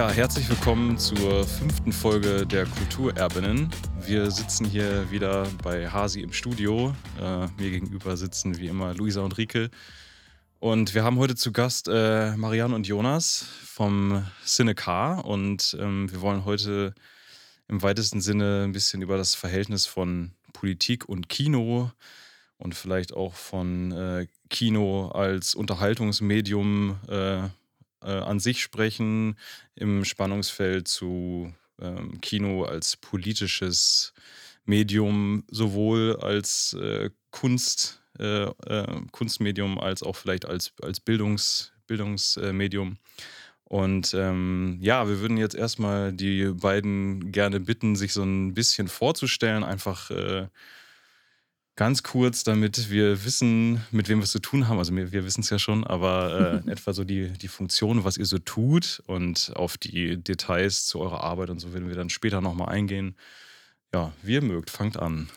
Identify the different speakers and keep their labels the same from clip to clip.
Speaker 1: Ja, herzlich willkommen zur 5. Folge der Kulturerbinnen. Wir sitzen hier wieder bei Hasi im Studio. Mir gegenüber sitzen wie immer Luisa und Rike. Und wir haben heute zu Gast Marianne und Jonas vom Cinecar. Und wir wollen heute im weitesten Sinne ein bisschen über das Verhältnis von Politik und Kino und vielleicht auch von Kino als Unterhaltungsmedium an sich sprechen, im Spannungsfeld zu Kino als politisches Medium, sowohl als Kunstmedium als auch vielleicht als Bildungsmedium. Und ja, wir würden jetzt erstmal die beiden gerne bitten, sich so ein bisschen vorzustellen, einfach ganz kurz, damit wir wissen, mit wem wir es zu tun haben. Also wir wissen es ja schon, aber etwa so die Funktion, was ihr so tut, und auf die Details zu eurer Arbeit und so werden wir dann später nochmal eingehen. Ja, wie ihr mögt, fangt an.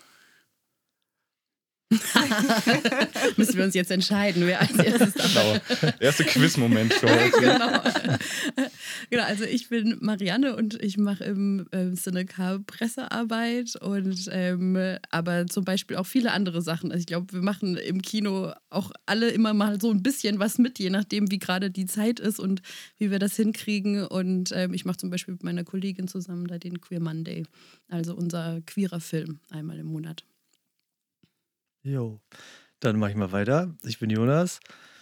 Speaker 2: Müssen wir uns jetzt entscheiden, wer als erstes
Speaker 1: Genau, erste Quiz-Moment für heute.
Speaker 2: Genau, also ich bin Marianne und ich mache im Cinecar Pressearbeit und aber zum Beispiel auch viele andere Sachen. Also ich glaube, wir machen im Kino auch alle immer mal so ein bisschen was mit, je nachdem, wie gerade die Zeit ist und wie wir das hinkriegen. Und ich mache zum Beispiel mit meiner Kollegin zusammen da den Queer Monday, also unser queerer Film einmal im Monat.
Speaker 3: Jo, dann mache ich mal weiter. Ich bin Jonas.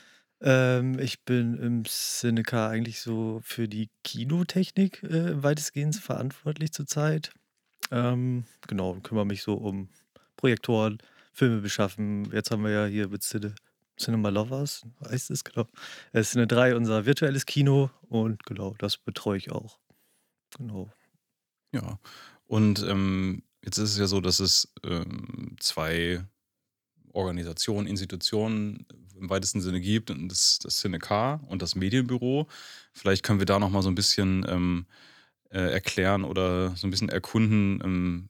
Speaker 3: Ich bin im Cinecar eigentlich so für die Kinotechnik weitestgehend verantwortlich zurzeit. Genau, und kümmere mich so um Projektoren, Filme beschaffen. Jetzt haben wir ja hier mit Cinema Lovers, heißt es, genau. Cine 3, unser virtuelles Kino, und genau, das betreue ich auch. Genau.
Speaker 1: Ja, und jetzt ist es ja so, dass es zwei Organisationen, Institutionen im weitesten Sinne gibt, das Cinecar und das Medienbüro. Vielleicht können wir da nochmal so ein bisschen erklären oder so ein bisschen erkunden,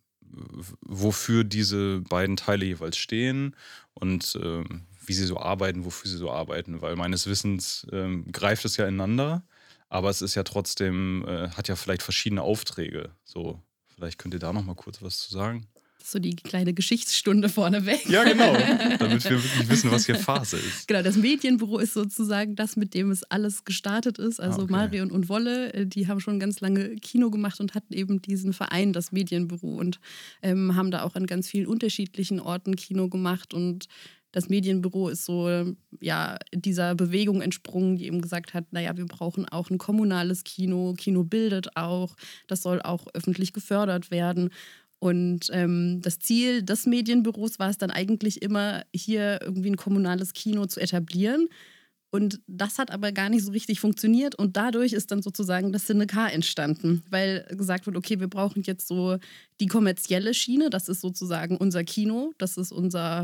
Speaker 1: wofür diese beiden Teile jeweils stehen und wie sie so arbeiten, wofür sie so arbeiten. Weil meines Wissens greift es ja ineinander, aber es ist ja trotzdem, hat ja vielleicht verschiedene Aufträge. So, vielleicht könnt ihr da nochmal kurz was zu sagen.
Speaker 2: So die kleine Geschichtsstunde vorneweg.
Speaker 1: Ja, genau, damit wir wirklich wissen, was hier Phase ist.
Speaker 2: Genau, das Medienbüro ist sozusagen das, mit dem es alles gestartet ist. Also
Speaker 1: okay.
Speaker 2: Marion und Wolle, die haben schon ganz lange Kino gemacht und hatten eben diesen Verein, das Medienbüro, und haben da auch an ganz vielen unterschiedlichen Orten Kino gemacht. Und das Medienbüro ist so ja dieser Bewegung entsprungen, die eben gesagt hat, naja, wir brauchen auch ein kommunales Kino. Kino bildet auch, das soll auch öffentlich gefördert werden. Und das Ziel des Medienbüros war es dann eigentlich immer, hier irgendwie ein kommunales Kino zu etablieren. Und das hat aber gar nicht so richtig funktioniert. Und dadurch ist dann sozusagen das Cinecar entstanden, weil gesagt wird, okay, wir brauchen jetzt so die kommerzielle Schiene. Das ist sozusagen unser Kino, das ist unser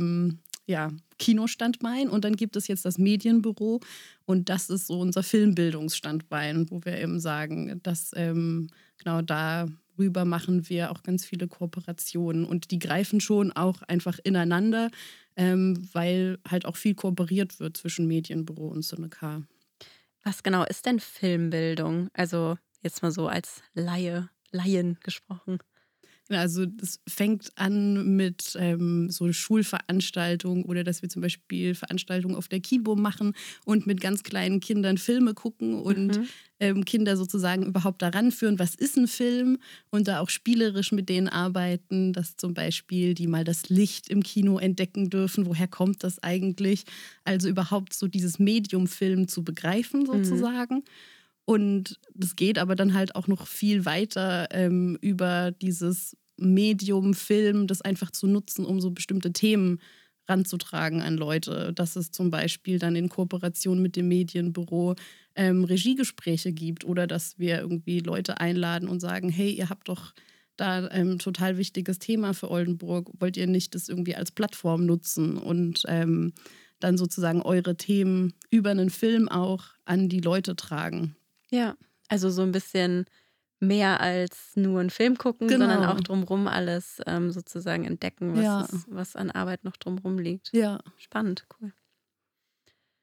Speaker 2: Kinostandbein. Und dann gibt es jetzt das Medienbüro und das ist so unser Filmbildungsstandbein, wo wir eben sagen, dass genau darüber machen wir auch ganz viele Kooperationen. Und die greifen schon auch einfach ineinander, weil halt auch viel kooperiert wird zwischen Medienbüro und Cinecar.
Speaker 4: Was genau ist denn Filmbildung? Also jetzt mal so als Laien gesprochen.
Speaker 2: Also das fängt an mit so Schulveranstaltungen oder dass wir zum Beispiel Veranstaltungen auf der Kibo machen und mit ganz kleinen Kindern Filme gucken und Kinder sozusagen überhaupt daran führen, was ist ein Film, und da auch spielerisch mit denen arbeiten, dass zum Beispiel die mal das Licht im Kino entdecken dürfen, woher kommt das eigentlich, also überhaupt so dieses Medium Film zu begreifen sozusagen. Und das geht aber dann halt auch noch viel weiter über dieses Medium Film, das einfach zu nutzen, um so bestimmte Themen ranzutragen an Leute. Dass es zum Beispiel dann in Kooperation mit dem Medienbüro Regiegespräche gibt oder dass wir irgendwie Leute einladen und sagen, hey, ihr habt doch da ein total wichtiges Thema für Oldenburg, wollt ihr nicht das irgendwie als Plattform nutzen und dann sozusagen eure Themen über einen Film auch an die Leute tragen.
Speaker 4: Ja, also so ein bisschen mehr als nur einen Film gucken, sondern auch drumherum alles sozusagen entdecken, was an Arbeit noch drumherum liegt.
Speaker 2: Ja.
Speaker 4: Spannend, cool.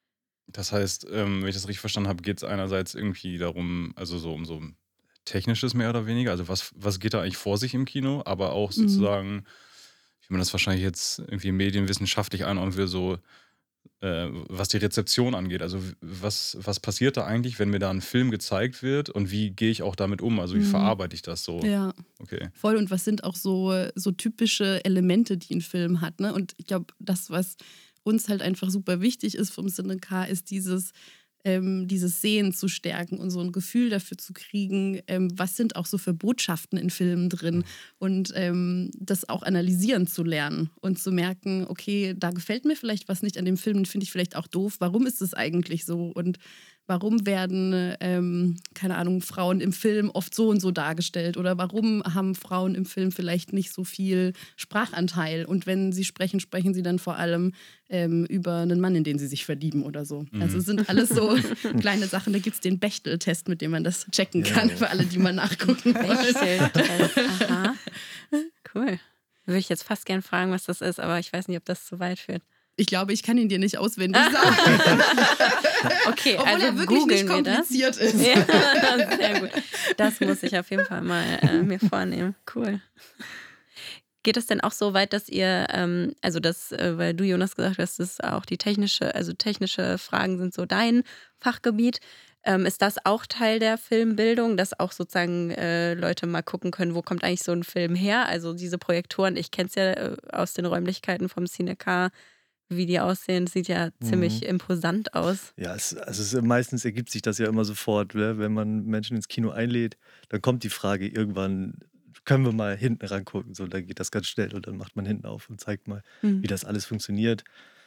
Speaker 1: Das heißt, wenn ich das richtig verstanden habe, geht es einerseits irgendwie darum, also so um so Technisches mehr oder weniger, also was geht da eigentlich vor sich im Kino, aber auch sozusagen, wie man das wahrscheinlich jetzt irgendwie medienwissenschaftlich einordnen will, so was die Rezeption angeht. Also was passiert da eigentlich, wenn mir da ein Film gezeigt wird und wie gehe ich auch damit um? Also wie verarbeite ich das so?
Speaker 2: Ja,
Speaker 1: Okay.
Speaker 2: voll. Und was sind auch so typische Elemente, die ein Film hat, ne? Und ich glaube, das, was uns halt einfach super wichtig ist vom Cinecar, ist dieses Sehen zu stärken und so ein Gefühl dafür zu kriegen, was sind auch so für Botschaften in Filmen drin und das auch analysieren zu lernen und zu merken, okay, da gefällt mir vielleicht was nicht an dem Film, den finde ich vielleicht auch doof. Warum ist es eigentlich so? Und warum werden, keine Ahnung, Frauen im Film oft so und so dargestellt? Oder warum haben Frauen im Film vielleicht nicht so viel Sprachanteil? Und wenn sie sprechen, sprechen sie dann vor allem über einen Mann, in den sie sich verlieben oder so. Also es sind alles so kleine Sachen. Da gibt es den Bechtel-Test, mit dem man das checken kann, für alle, die mal nachgucken wollen.
Speaker 4: Bechtel-Test, aha. Cool. Würde ich jetzt fast gern fragen, was das ist, aber ich weiß nicht, ob das zu weit führt.
Speaker 2: Ich glaube, ich kann ihn dir nicht auswendig sagen.
Speaker 4: Okay,
Speaker 2: obwohl
Speaker 4: also
Speaker 2: er wirklich nicht
Speaker 4: googeln wir das.
Speaker 2: kompliziert ist.
Speaker 4: Ja, sehr gut. Das muss ich auf jeden Fall mal mir vornehmen. Cool. Geht es denn auch so weit, dass ihr, weil du, Jonas, gesagt hast, dass auch technische Fragen sind so dein Fachgebiet. Ist das auch Teil der Filmbildung, dass auch sozusagen Leute mal gucken können, wo kommt eigentlich so ein Film her? Also diese Projektoren, ich kenne es ja aus den Räumlichkeiten vom Cinecar, wie die aussehen, sieht ja ziemlich imposant aus.
Speaker 3: Ja, meistens ergibt sich das ja immer sofort, ne? Wenn man Menschen ins Kino einlädt, dann kommt die Frage irgendwann, können wir mal hinten rangucken? So, dann geht das ganz schnell und dann macht man hinten auf und zeigt mal, wie das alles funktioniert.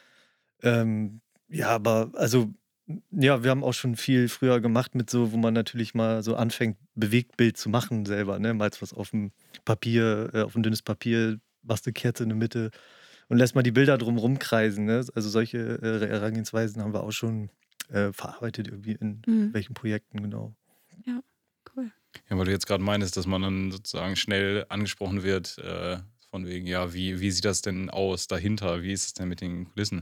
Speaker 3: Ja, aber also, ja, wir haben auch schon viel früher gemacht mit so, wo man natürlich mal so anfängt, Bewegtbild zu machen selber, ne? Mal was auf dem Papier, auf ein dünnes Papier, machst eine Kerze in der Mitte und lässt mal die Bilder drumherum kreisen, ne? Also solche Herangehensweisen haben wir auch schon verarbeitet irgendwie in welchen Projekten, genau.
Speaker 4: Ja, cool.
Speaker 1: Ja, weil du jetzt gerade meinst, dass man dann sozusagen schnell angesprochen wird, von wegen, ja, wie sieht das denn aus dahinter? Wie ist es denn mit den Kulissen?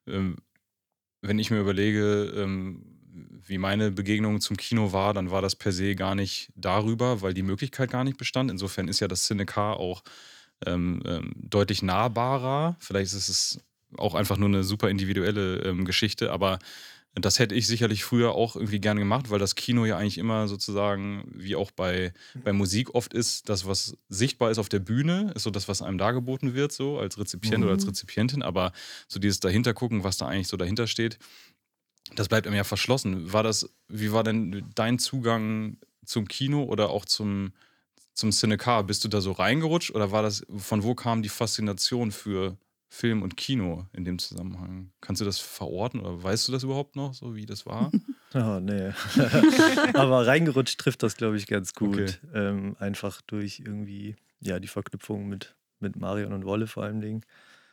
Speaker 1: Wenn ich mir überlege, wie meine Begegnung zum Kino war, dann war das per se gar nicht darüber, weil die Möglichkeit gar nicht bestand. Insofern ist ja das Cinecar auch deutlich nahbarer. Vielleicht ist es auch einfach nur eine super individuelle Geschichte, aber das hätte ich sicherlich früher auch irgendwie gerne gemacht, weil das Kino ja eigentlich immer sozusagen, wie auch bei Musik oft ist, das, was sichtbar ist auf der Bühne, ist so das, was einem dargeboten wird, so als Rezipient oder als Rezipientin. Aber so dieses dahinter gucken, was da eigentlich so dahinter steht, das bleibt einem ja verschlossen. Wie war denn dein Zugang zum Kino oder auch zum Cinecar? Bist du da so reingerutscht oder von wo kam die Faszination für Film und Kino in dem Zusammenhang? Kannst du das verorten oder weißt du das überhaupt noch, so wie das war?
Speaker 3: Oh, nee. Aber reingerutscht trifft das, glaube ich, ganz gut.
Speaker 1: Okay.
Speaker 3: Einfach durch irgendwie, ja, die Verknüpfung mit Marion und Wolle vor allem Dingen.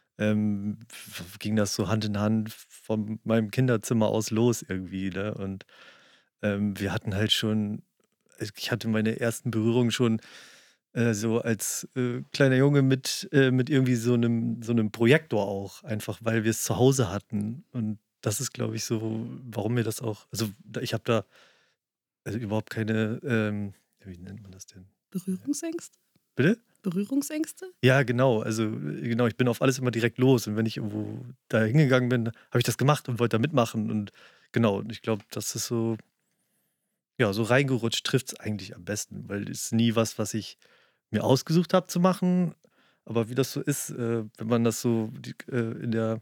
Speaker 3: Ging das so Hand in Hand von meinem Kinderzimmer aus los irgendwie, ne? Und wir hatten halt schon, ich hatte meine ersten Berührungen schon so als kleiner Junge mit irgendwie so einem Projektor auch, einfach weil wir es zu Hause hatten. Und das ist, glaube ich, so, warum mir das auch, also ich habe da also überhaupt keine, wie nennt man das denn?
Speaker 2: Berührungsängste?
Speaker 3: Bitte?
Speaker 2: Berührungsängste?
Speaker 3: Ja, genau. Also genau, ich bin auf alles immer direkt los. Und wenn ich irgendwo da hingegangen bin, habe ich das gemacht und wollte da mitmachen. Und genau, und ich glaube, das ist so, ja, so reingerutscht trifft es eigentlich am besten, weil es nie was ich mir ausgesucht habe zu machen. Aber wie das so ist, wenn man das so in der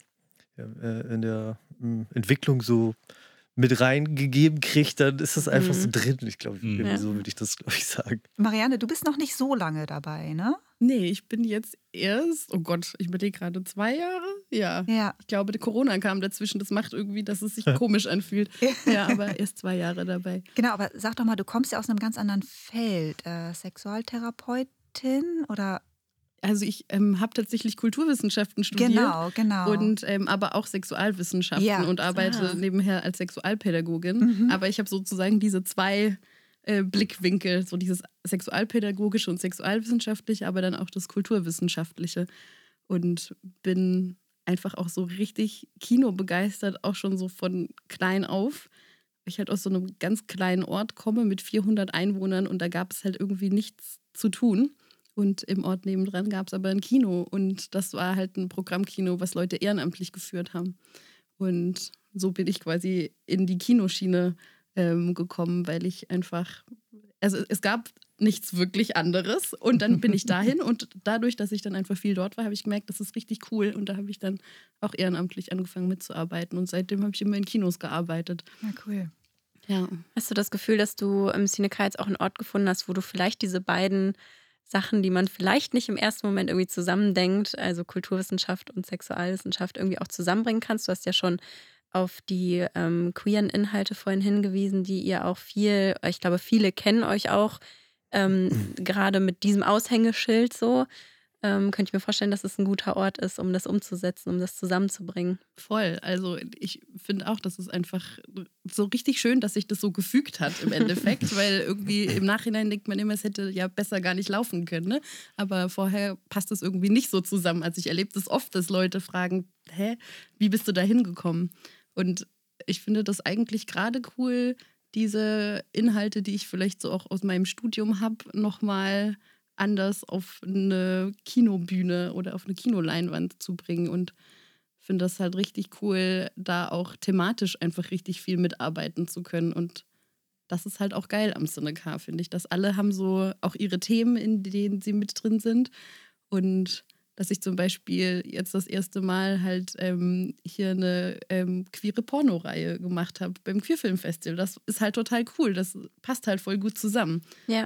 Speaker 3: Entwicklung so mit reingegeben kriegt, dann ist das einfach so drin. Ich glaube, irgendwie so würde ich das, glaube ich, sagen.
Speaker 5: Marianne, du bist noch nicht so lange dabei, ne?
Speaker 2: Nee, ich bin jetzt erst, oh Gott, ich überlege gerade 2 Jahre? Ja. Ich glaube, Corona kam dazwischen. Das macht irgendwie, dass es sich komisch anfühlt. Ja, aber erst 2 Jahre dabei.
Speaker 5: Genau, aber sag doch mal, du kommst ja aus einem ganz anderen Feld. Sexualtherapeutin oder?
Speaker 2: Also ich habe tatsächlich Kulturwissenschaften studiert.
Speaker 5: Genau.
Speaker 2: Und aber auch Sexualwissenschaften und arbeite nebenher als Sexualpädagogin. Aber ich habe sozusagen diese 2 Blickwinkel, so dieses sexualpädagogische und sexualwissenschaftliche, aber dann auch das kulturwissenschaftliche. Und bin einfach auch so richtig kinobegeistert, auch schon so von klein auf. Ich halt aus so einem ganz kleinen Ort komme mit 400 Einwohnern und da gab es halt irgendwie nichts zu tun. Und im Ort nebendran gab es aber ein Kino und das war halt ein Programmkino, was Leute ehrenamtlich geführt haben. Und so bin ich quasi in die Kinoschiene gekommen, weil ich einfach, also es gab nichts wirklich anderes und dann bin ich dahin und dadurch, dass ich dann einfach viel dort war, habe ich gemerkt, das ist richtig cool und da habe ich dann auch ehrenamtlich angefangen mitzuarbeiten und seitdem habe ich immer in Kinos gearbeitet.
Speaker 5: Ja, cool.
Speaker 2: Ja.
Speaker 4: Hast du das Gefühl, dass du im Cineca jetzt auch einen Ort gefunden hast, wo du vielleicht diese beiden Sachen, die man vielleicht nicht im ersten Moment irgendwie zusammendenkt, also Kulturwissenschaft und Sexualwissenschaft irgendwie auch zusammenbringen kannst? Du hast ja schon auf die queeren Inhalte vorhin hingewiesen, die ihr auch viel, ich glaube, viele kennen euch auch gerade mit diesem Aushängeschild so. Könnte ich mir vorstellen, dass es ein guter Ort ist, um das umzusetzen, um das zusammenzubringen.
Speaker 2: Voll. Also ich finde auch, das ist einfach so richtig schön, dass sich das so gefügt hat im Endeffekt, weil irgendwie im Nachhinein denkt man immer, es hätte ja besser gar nicht laufen können. Ne? Aber vorher passt es irgendwie nicht so zusammen. Also ich erlebe das oft, dass Leute fragen, wie bist du da hingekommen? Und ich finde das eigentlich gerade cool, diese Inhalte, die ich vielleicht so auch aus meinem Studium habe, nochmal anders auf eine Kinobühne oder auf eine Kinoleinwand zu bringen und finde das halt richtig cool, da auch thematisch einfach richtig viel mitarbeiten zu können und das ist halt auch geil am Cineca, finde ich, dass alle haben so auch ihre Themen, in denen sie mit drin sind und dass ich zum Beispiel jetzt das erste Mal halt hier eine queere Pornoreihe gemacht habe beim Queerfilmfestival. Das ist halt total cool, das passt halt voll gut zusammen.
Speaker 4: Ja.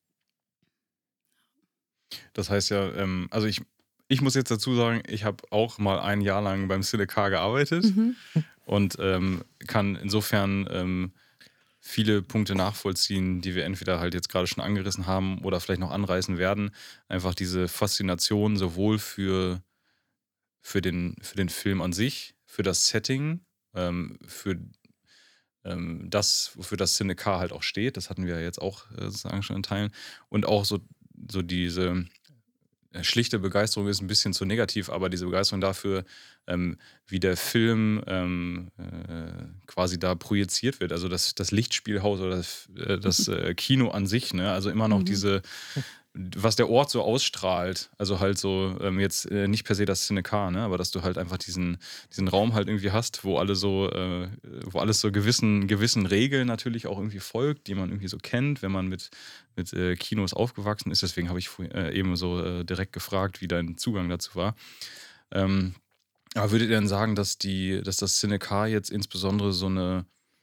Speaker 1: Das heißt ja, also ich muss jetzt dazu sagen, ich habe auch mal ein Jahr lang beim Cineca gearbeitet und kann insofern viele Punkte nachvollziehen, die wir entweder halt jetzt gerade schon angerissen haben oder vielleicht noch anreißen werden. Einfach diese Faszination sowohl für den Film an sich, für das Setting, für das, wofür das Cineca halt auch steht. Das hatten wir ja jetzt auch sozusagen schon in Teilen. Und auch so diese schlichte Begeisterung ist ein bisschen zu negativ, aber diese Begeisterung dafür, wie der Film quasi da projiziert wird, also das Lichtspielhaus oder das Kino an sich, ne? Also immer noch was der Ort so ausstrahlt, also halt so jetzt nicht per se das Cineca, ne? Aber dass du halt einfach diesen Raum halt irgendwie hast, wo alles so gewissen Regeln natürlich auch irgendwie folgt, die man irgendwie so kennt, wenn man mit Kinos aufgewachsen ist. Deswegen habe ich eben so direkt gefragt, wie dein Zugang dazu war. Aber würdet ihr denn sagen, dass das Cineca jetzt insbesondere so eine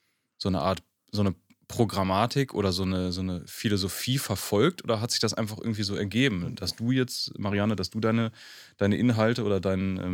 Speaker 1: Programmatik oder so eine Philosophie verfolgt oder hat sich das einfach irgendwie so ergeben, dass du jetzt, Marianne, dass du deine Inhalte oder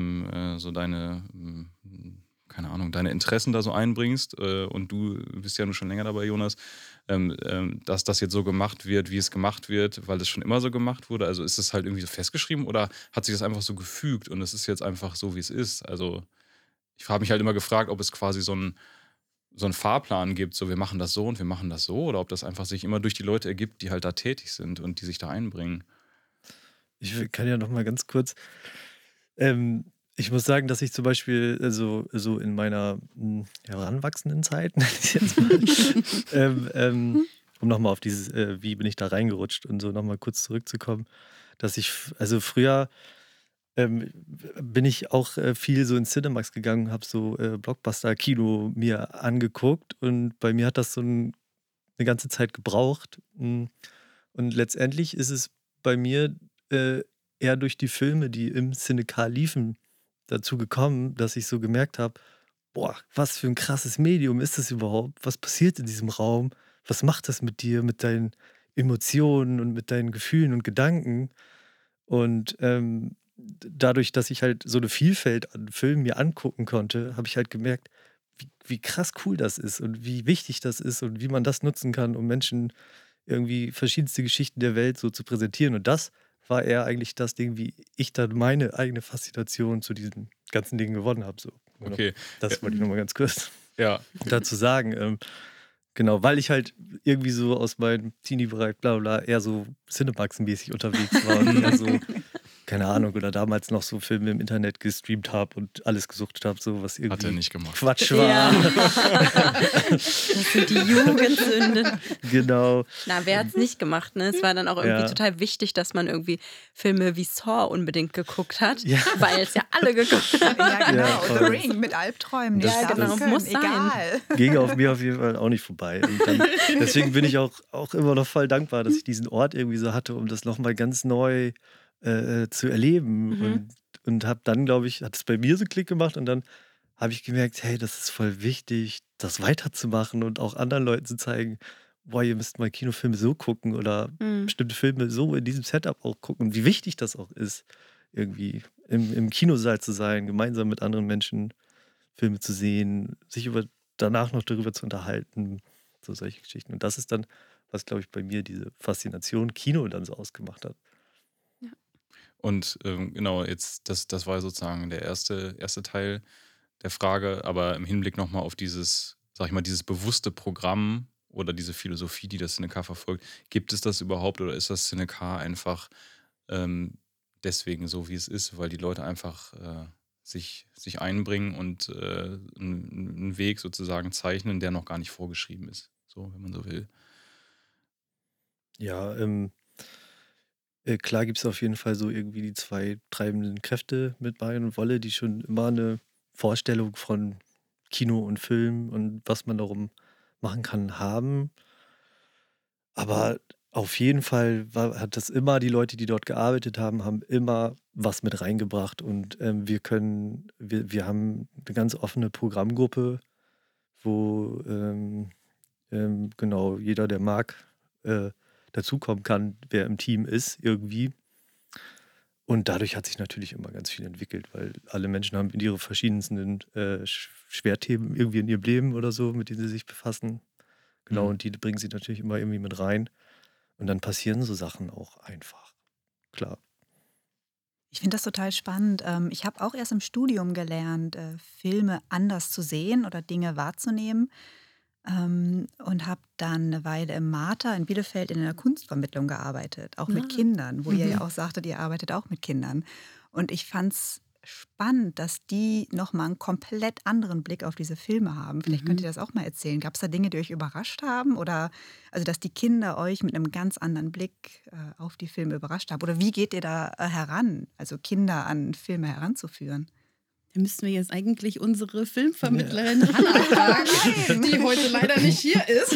Speaker 1: keine Ahnung, deine Interessen da so einbringst und du bist ja nun schon länger dabei, Jonas, dass das jetzt so gemacht wird, wie es gemacht wird, weil das schon immer so gemacht wurde? Also ist es halt irgendwie so festgeschrieben oder hat sich das einfach so gefügt und es ist jetzt einfach so, wie es ist? Also ich habe mich halt immer gefragt, ob es quasi so einen Fahrplan gibt, so wir machen das so und wir machen das so, oder ob das einfach sich immer durch die Leute ergibt, die halt da tätig sind und die sich da einbringen.
Speaker 3: Ich kann ja noch mal ganz kurz. Ich muss sagen, dass ich zum Beispiel so in meiner heranwachsenden Zeit, nenne ich jetzt mal, um nochmal auf dieses, wie bin ich da reingerutscht und so nochmal kurz zurückzukommen, dass ich, also früher bin ich auch viel so ins Cinemax gegangen, habe so Blockbuster-Kino mir angeguckt und bei mir hat das so eine ganze Zeit gebraucht. Und letztendlich ist es bei mir eher durch die Filme, die im Cineca liefen, dazu gekommen, dass ich so gemerkt habe, boah, was für ein krasses Medium ist das überhaupt? Was passiert in diesem Raum? Was macht das mit dir, mit deinen Emotionen und mit deinen Gefühlen und Gedanken? Und dadurch, dass ich halt so eine Vielfalt an Filmen mir angucken konnte, habe ich halt gemerkt, wie krass cool das ist und wie wichtig das ist und wie man das nutzen kann, um Menschen irgendwie verschiedenste Geschichten der Welt so zu präsentieren. Und das war eher eigentlich das Ding, wie ich dann meine eigene Faszination zu diesen ganzen Dingen gewonnen habe. So.
Speaker 1: Okay.
Speaker 3: Das wollte ich nochmal ganz kurz
Speaker 1: Ja.
Speaker 3: dazu sagen. Genau, weil ich halt irgendwie so aus meinem Teenie-Bereich bla bla eher so Cinemax-mäßig unterwegs war und eher so keine Ahnung, oder damals noch so Filme im Internet gestreamt habe und alles gesuchtet habe, so was
Speaker 1: Hat er
Speaker 3: irgendwie
Speaker 1: nicht gemacht.
Speaker 3: Quatsch war.
Speaker 4: Ja. Das sind die Jugendsünden.
Speaker 3: Genau.
Speaker 4: Na, wer hat's nicht gemacht, ne? Es war dann auch irgendwie
Speaker 3: Ja.
Speaker 4: total wichtig, dass man irgendwie Filme wie Saw unbedingt geguckt hat,
Speaker 3: Ja.
Speaker 4: weil es ja alle geguckt haben.
Speaker 5: Ja, genau.
Speaker 3: Ja,
Speaker 5: The
Speaker 3: voll.
Speaker 5: Ring mit Albträumen. Nicht
Speaker 3: Das-
Speaker 5: schlafen
Speaker 3: das
Speaker 5: können.
Speaker 4: muss sein.
Speaker 5: Egal.
Speaker 3: Ging auf mir auf jeden Fall auch nicht vorbei. Und dann, deswegen bin ich auch immer noch voll dankbar, dass ich diesen Ort irgendwie so hatte, um das nochmal ganz neu zu erleben. Und habe dann, glaube ich, hat es bei mir so einen Klick gemacht und dann habe ich gemerkt, hey, das ist voll wichtig, das weiterzumachen und auch anderen Leuten zu zeigen, boah, ihr müsst mal Kinofilme so gucken oder bestimmte Filme so in diesem Setup auch gucken, wie wichtig das auch ist, irgendwie im Kinosaal zu sein, gemeinsam mit anderen Menschen Filme zu sehen, sich danach noch darüber zu unterhalten, so solche Geschichten. Und das ist dann, was, glaube ich, bei mir diese Faszination Kino dann so ausgemacht hat.
Speaker 1: Und genau, jetzt, das war sozusagen der erste Teil der Frage, aber im Hinblick nochmal auf dieses, sag ich mal, dieses bewusste Programm oder diese Philosophie, die das Cinecar verfolgt, gibt es das überhaupt oder ist das Cinecar einfach deswegen so, wie es ist, weil die Leute einfach sich einbringen und einen Weg sozusagen zeichnen, der noch gar nicht vorgeschrieben ist, so, wenn man so will.
Speaker 3: Ja, klar gibt es auf jeden Fall so irgendwie die zwei treibenden Kräfte mit Marion und Wolle, die schon immer eine Vorstellung von Kino und Film und was man darum machen kann, haben. Aber auf jeden Fall hat das immer, die Leute, die dort gearbeitet haben, haben immer was mit reingebracht. Und wir haben eine ganz offene Programmgruppe, wo genau jeder, der mag, dazukommen kann, wer im Team ist irgendwie. Und dadurch hat sich natürlich immer ganz viel entwickelt, weil alle Menschen haben ihre verschiedensten Schwerthemen irgendwie in ihrem Leben oder so, mit denen sie sich befassen. Genau, und die bringen sie natürlich immer irgendwie mit rein. Und dann passieren so Sachen auch einfach. Klar.
Speaker 5: Ich finde das total spannend. Ich habe auch erst im Studium gelernt, Filme anders zu sehen oder Dinge wahrzunehmen. Und habe dann eine Weile im Mater in Bielefeld in einer Kunstvermittlung gearbeitet, auch mit Kindern, wo ihr ja auch sagtet, ihr arbeitet auch mit Kindern. Und ich fand es spannend, dass die nochmal einen komplett anderen Blick auf diese Filme haben. Vielleicht könnt ihr das auch mal erzählen. Gab es da Dinge, die euch überrascht haben? Oder also, dass die Kinder euch mit einem ganz anderen Blick auf die Filme überrascht haben? Oder wie geht ihr da heran, also Kinder an Filme heranzuführen?
Speaker 2: Da müssten wir jetzt eigentlich unsere Filmvermittlerin Hannah fragen, die heute leider nicht hier ist.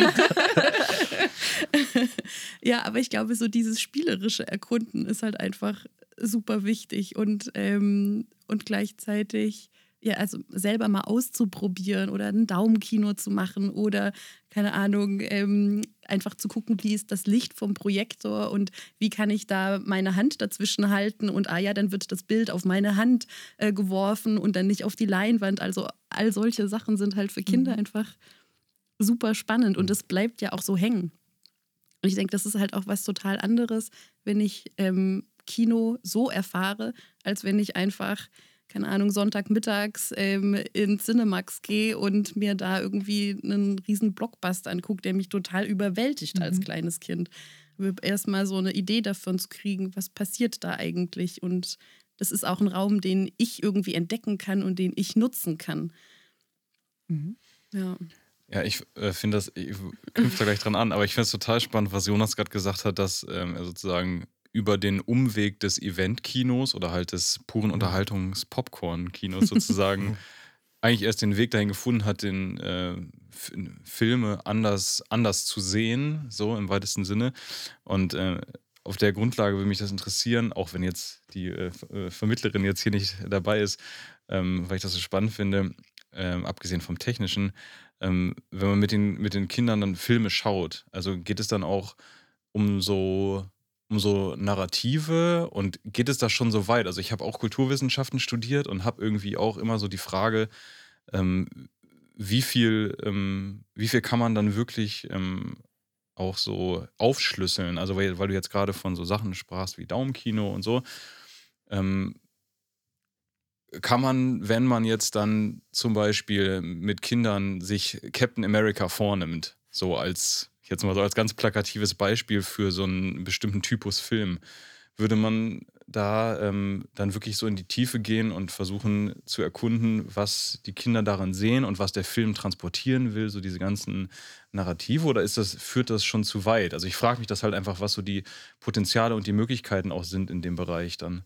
Speaker 2: Ja, aber ich glaube, so dieses spielerische Erkunden ist halt einfach super wichtig und gleichzeitig ja, also selber mal auszuprobieren oder ein Daumenkino zu machen oder, keine Ahnung, einfach zu gucken, wie ist das Licht vom Projektor und wie kann ich da meine Hand dazwischen halten und ja, dann wird das Bild auf meine Hand geworfen und dann nicht auf die Leinwand. Also all solche Sachen sind halt für Kinder einfach super spannend und es bleibt ja auch so hängen. Und ich denke, das ist halt auch was total anderes, wenn ich Kino so erfahre, als wenn ich einfach, keine Ahnung, Sonntagmittags in Cinemax gehe und mir da irgendwie einen riesen Blockbuster angucke, der mich total überwältigt als kleines Kind. Erstmal so eine Idee davon zu kriegen, was passiert da eigentlich. Und das ist auch ein Raum, den ich irgendwie entdecken kann und den ich nutzen kann. Ja.
Speaker 1: Ja, ich finde das, ich knüpfe da gleich dran an, aber ich finde es total spannend, was Jonas gerade gesagt hat, dass er sozusagen über den Umweg des Event-Kinos oder halt des puren Unterhaltungs-Popcorn-Kinos sozusagen eigentlich erst den Weg dahin gefunden hat, den Filme anders zu sehen, so im weitesten Sinne. Und auf der Grundlage würde mich das interessieren, auch wenn jetzt die Vermittlerin jetzt hier nicht dabei ist, weil ich das so spannend finde, abgesehen vom Technischen, wenn man mit den Kindern dann Filme schaut, also geht es dann auch um so Narrative und geht es da schon so weit? Also ich habe auch Kulturwissenschaften studiert und habe irgendwie auch immer so die Frage, wie viel kann man dann wirklich auch so aufschlüsseln? Also weil du jetzt gerade von so Sachen sprachst wie Daumenkino und so, kann man, wenn man jetzt dann zum Beispiel mit Kindern sich Captain America vornimmt, so als, jetzt mal so als ganz plakatives Beispiel für so einen bestimmten Typus Film, würde man da dann wirklich so in die Tiefe gehen und versuchen zu erkunden, was die Kinder darin sehen und was der Film transportieren will, so diese ganzen Narrative, oder führt das schon zu weit? Also ich frage mich das halt einfach, was so die Potenziale und die Möglichkeiten auch sind in dem Bereich dann.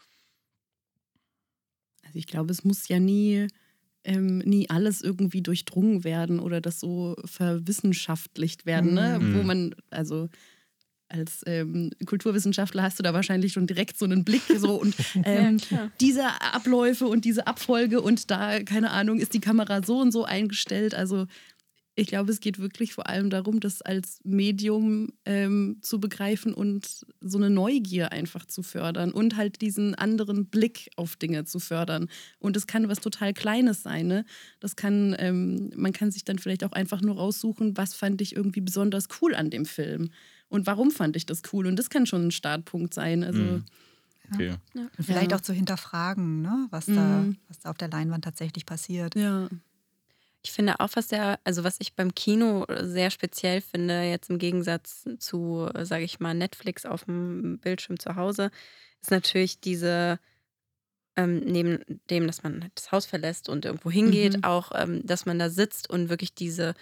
Speaker 2: Also ich glaube, es muss ja nie alles irgendwie durchdrungen werden oder das so verwissenschaftlicht werden, ne? Wo man, also als Kulturwissenschaftler hast du da wahrscheinlich schon direkt so einen Blick so und diese Abläufe und diese Abfolge und da, keine Ahnung, ist die Kamera so und so eingestellt. Also ich glaube, es geht wirklich vor allem darum, das als Medium zu begreifen und so eine Neugier einfach zu fördern und halt diesen anderen Blick auf Dinge zu fördern. Und das kann was total Kleines sein, ne? Das kann, man kann sich dann vielleicht auch einfach nur raussuchen, was fand ich irgendwie besonders cool an dem Film und warum fand ich das cool. Und das kann schon ein Startpunkt sein. Also
Speaker 1: Okay.
Speaker 5: Und vielleicht auch zu hinterfragen, ne? was da auf der Leinwand tatsächlich passiert.
Speaker 2: Ja.
Speaker 4: Ich finde auch, was ich beim Kino sehr speziell finde, jetzt im Gegensatz zu, sage ich mal, Netflix auf dem Bildschirm zu Hause, ist natürlich diese, neben dem, dass man das Haus verlässt und irgendwo hingeht, auch, dass man da sitzt und wirklich dieses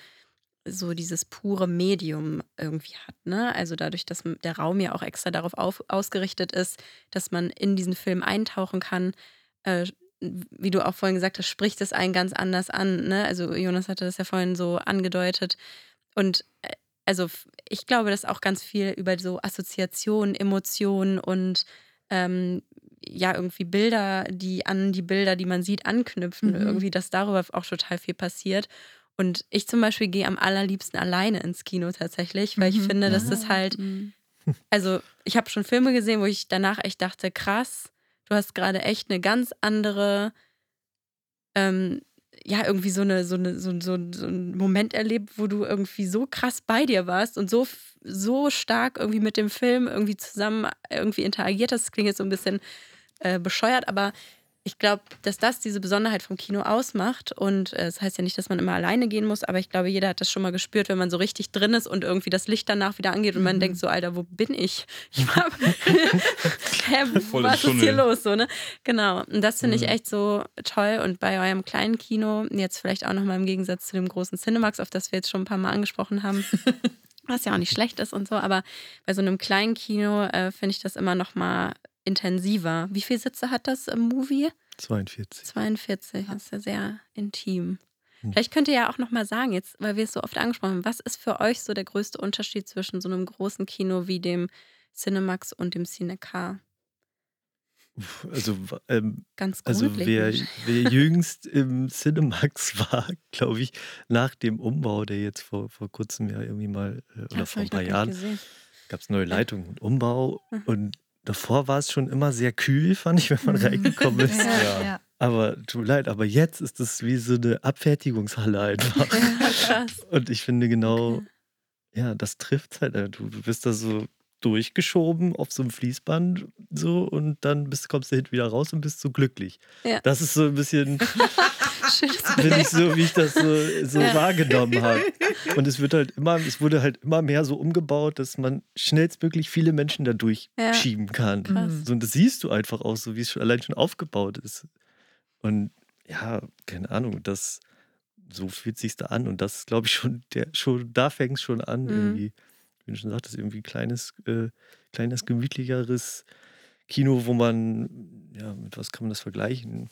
Speaker 4: pure Medium irgendwie hat, ne? Also dadurch, dass der Raum ja auch extra darauf ausgerichtet ist, dass man in diesen Film eintauchen kann, wie du auch vorhin gesagt hast, spricht es einen ganz anders an, ne? Also Jonas hatte das ja vorhin so angedeutet. Und also ich glaube, dass auch ganz viel über so Assoziationen, Emotionen und irgendwie Bilder, die an die Bilder, die man sieht, anknüpfen. Irgendwie, dass darüber auch total viel passiert. Und ich zum Beispiel gehe am allerliebsten alleine ins Kino tatsächlich, weil ich finde, dass das halt, also ich habe schon Filme gesehen, wo ich danach echt dachte, krass, du hast gerade echt eine ganz andere, irgendwie so einen Moment erlebt, wo du irgendwie so krass bei dir warst und so stark irgendwie mit dem Film irgendwie zusammen irgendwie interagiert hast. Das klingt jetzt so ein bisschen bescheuert, aber ich glaube, dass das diese Besonderheit vom Kino ausmacht. Und das heißt ja nicht, dass man immer alleine gehen muss, aber ich glaube, jeder hat das schon mal gespürt, wenn man so richtig drin ist und irgendwie das Licht danach wieder angeht und man denkt so, Alter, wo bin ich? Was ist hier los? So, ne? Genau. Und das finde ich echt so toll. Und bei eurem kleinen Kino, jetzt vielleicht auch nochmal im Gegensatz zu dem großen Cinemax, auf das wir jetzt schon ein paar Mal angesprochen haben, was ja auch nicht schlecht ist und so, aber bei so einem kleinen Kino finde ich das immer noch mal intensiver. Wie viele Sitze hat das im Movie?
Speaker 3: 42.
Speaker 4: 42, das ist ja sehr intim. Vielleicht könnt ihr ja auch noch mal sagen, jetzt, weil wir es so oft angesprochen haben, was ist für euch so der größte Unterschied zwischen so einem großen Kino wie dem Cinemax und dem Cinecar?
Speaker 3: Also,
Speaker 4: Ganz
Speaker 3: also wer
Speaker 4: grundlegend.
Speaker 3: jüngst im Cinemax war, glaube ich, nach dem Umbau, der jetzt vor kurzem ja irgendwie mal, oder
Speaker 4: Das
Speaker 3: vor
Speaker 4: habe
Speaker 3: ein
Speaker 4: ich
Speaker 3: paar
Speaker 4: noch gar
Speaker 3: Jahren,
Speaker 4: nicht gesehen.
Speaker 3: gab es neue
Speaker 4: Ja.
Speaker 3: Leitungen und Umbau. Und davor war es schon immer sehr kühl, fand ich, wenn man reingekommen ist.
Speaker 5: Ja.
Speaker 3: Aber tut mir leid, aber jetzt ist es wie so eine Abfertigungshalle einfach.
Speaker 4: Ja, krass.
Speaker 3: Und ich finde genau,
Speaker 4: Okay.
Speaker 3: ja, das trifft halt. Du bist da so durchgeschoben auf so einem Fließband so und dann kommst du hinten wieder raus und bist so glücklich.
Speaker 4: Ja.
Speaker 3: Das ist so ein bisschen,
Speaker 4: Schönes
Speaker 3: finde ich,
Speaker 4: Bild.
Speaker 3: so, wie ich das so
Speaker 4: Ja.
Speaker 3: wahrgenommen habe. Und es wurde halt immer mehr so umgebaut, dass man schnellstmöglich viele Menschen da
Speaker 4: Ja.
Speaker 3: durchschieben kann.
Speaker 4: Krass.
Speaker 3: So, und das siehst du einfach auch so, wie es allein schon aufgebaut ist. Und ja, keine Ahnung, so fühlt sich da an. Und das ist, glaube ich, da fängt es schon an, irgendwie, wie du schon sagtest, irgendwie kleines, gemütlicheres Kino, wo man, ja, mit was kann man das vergleichen?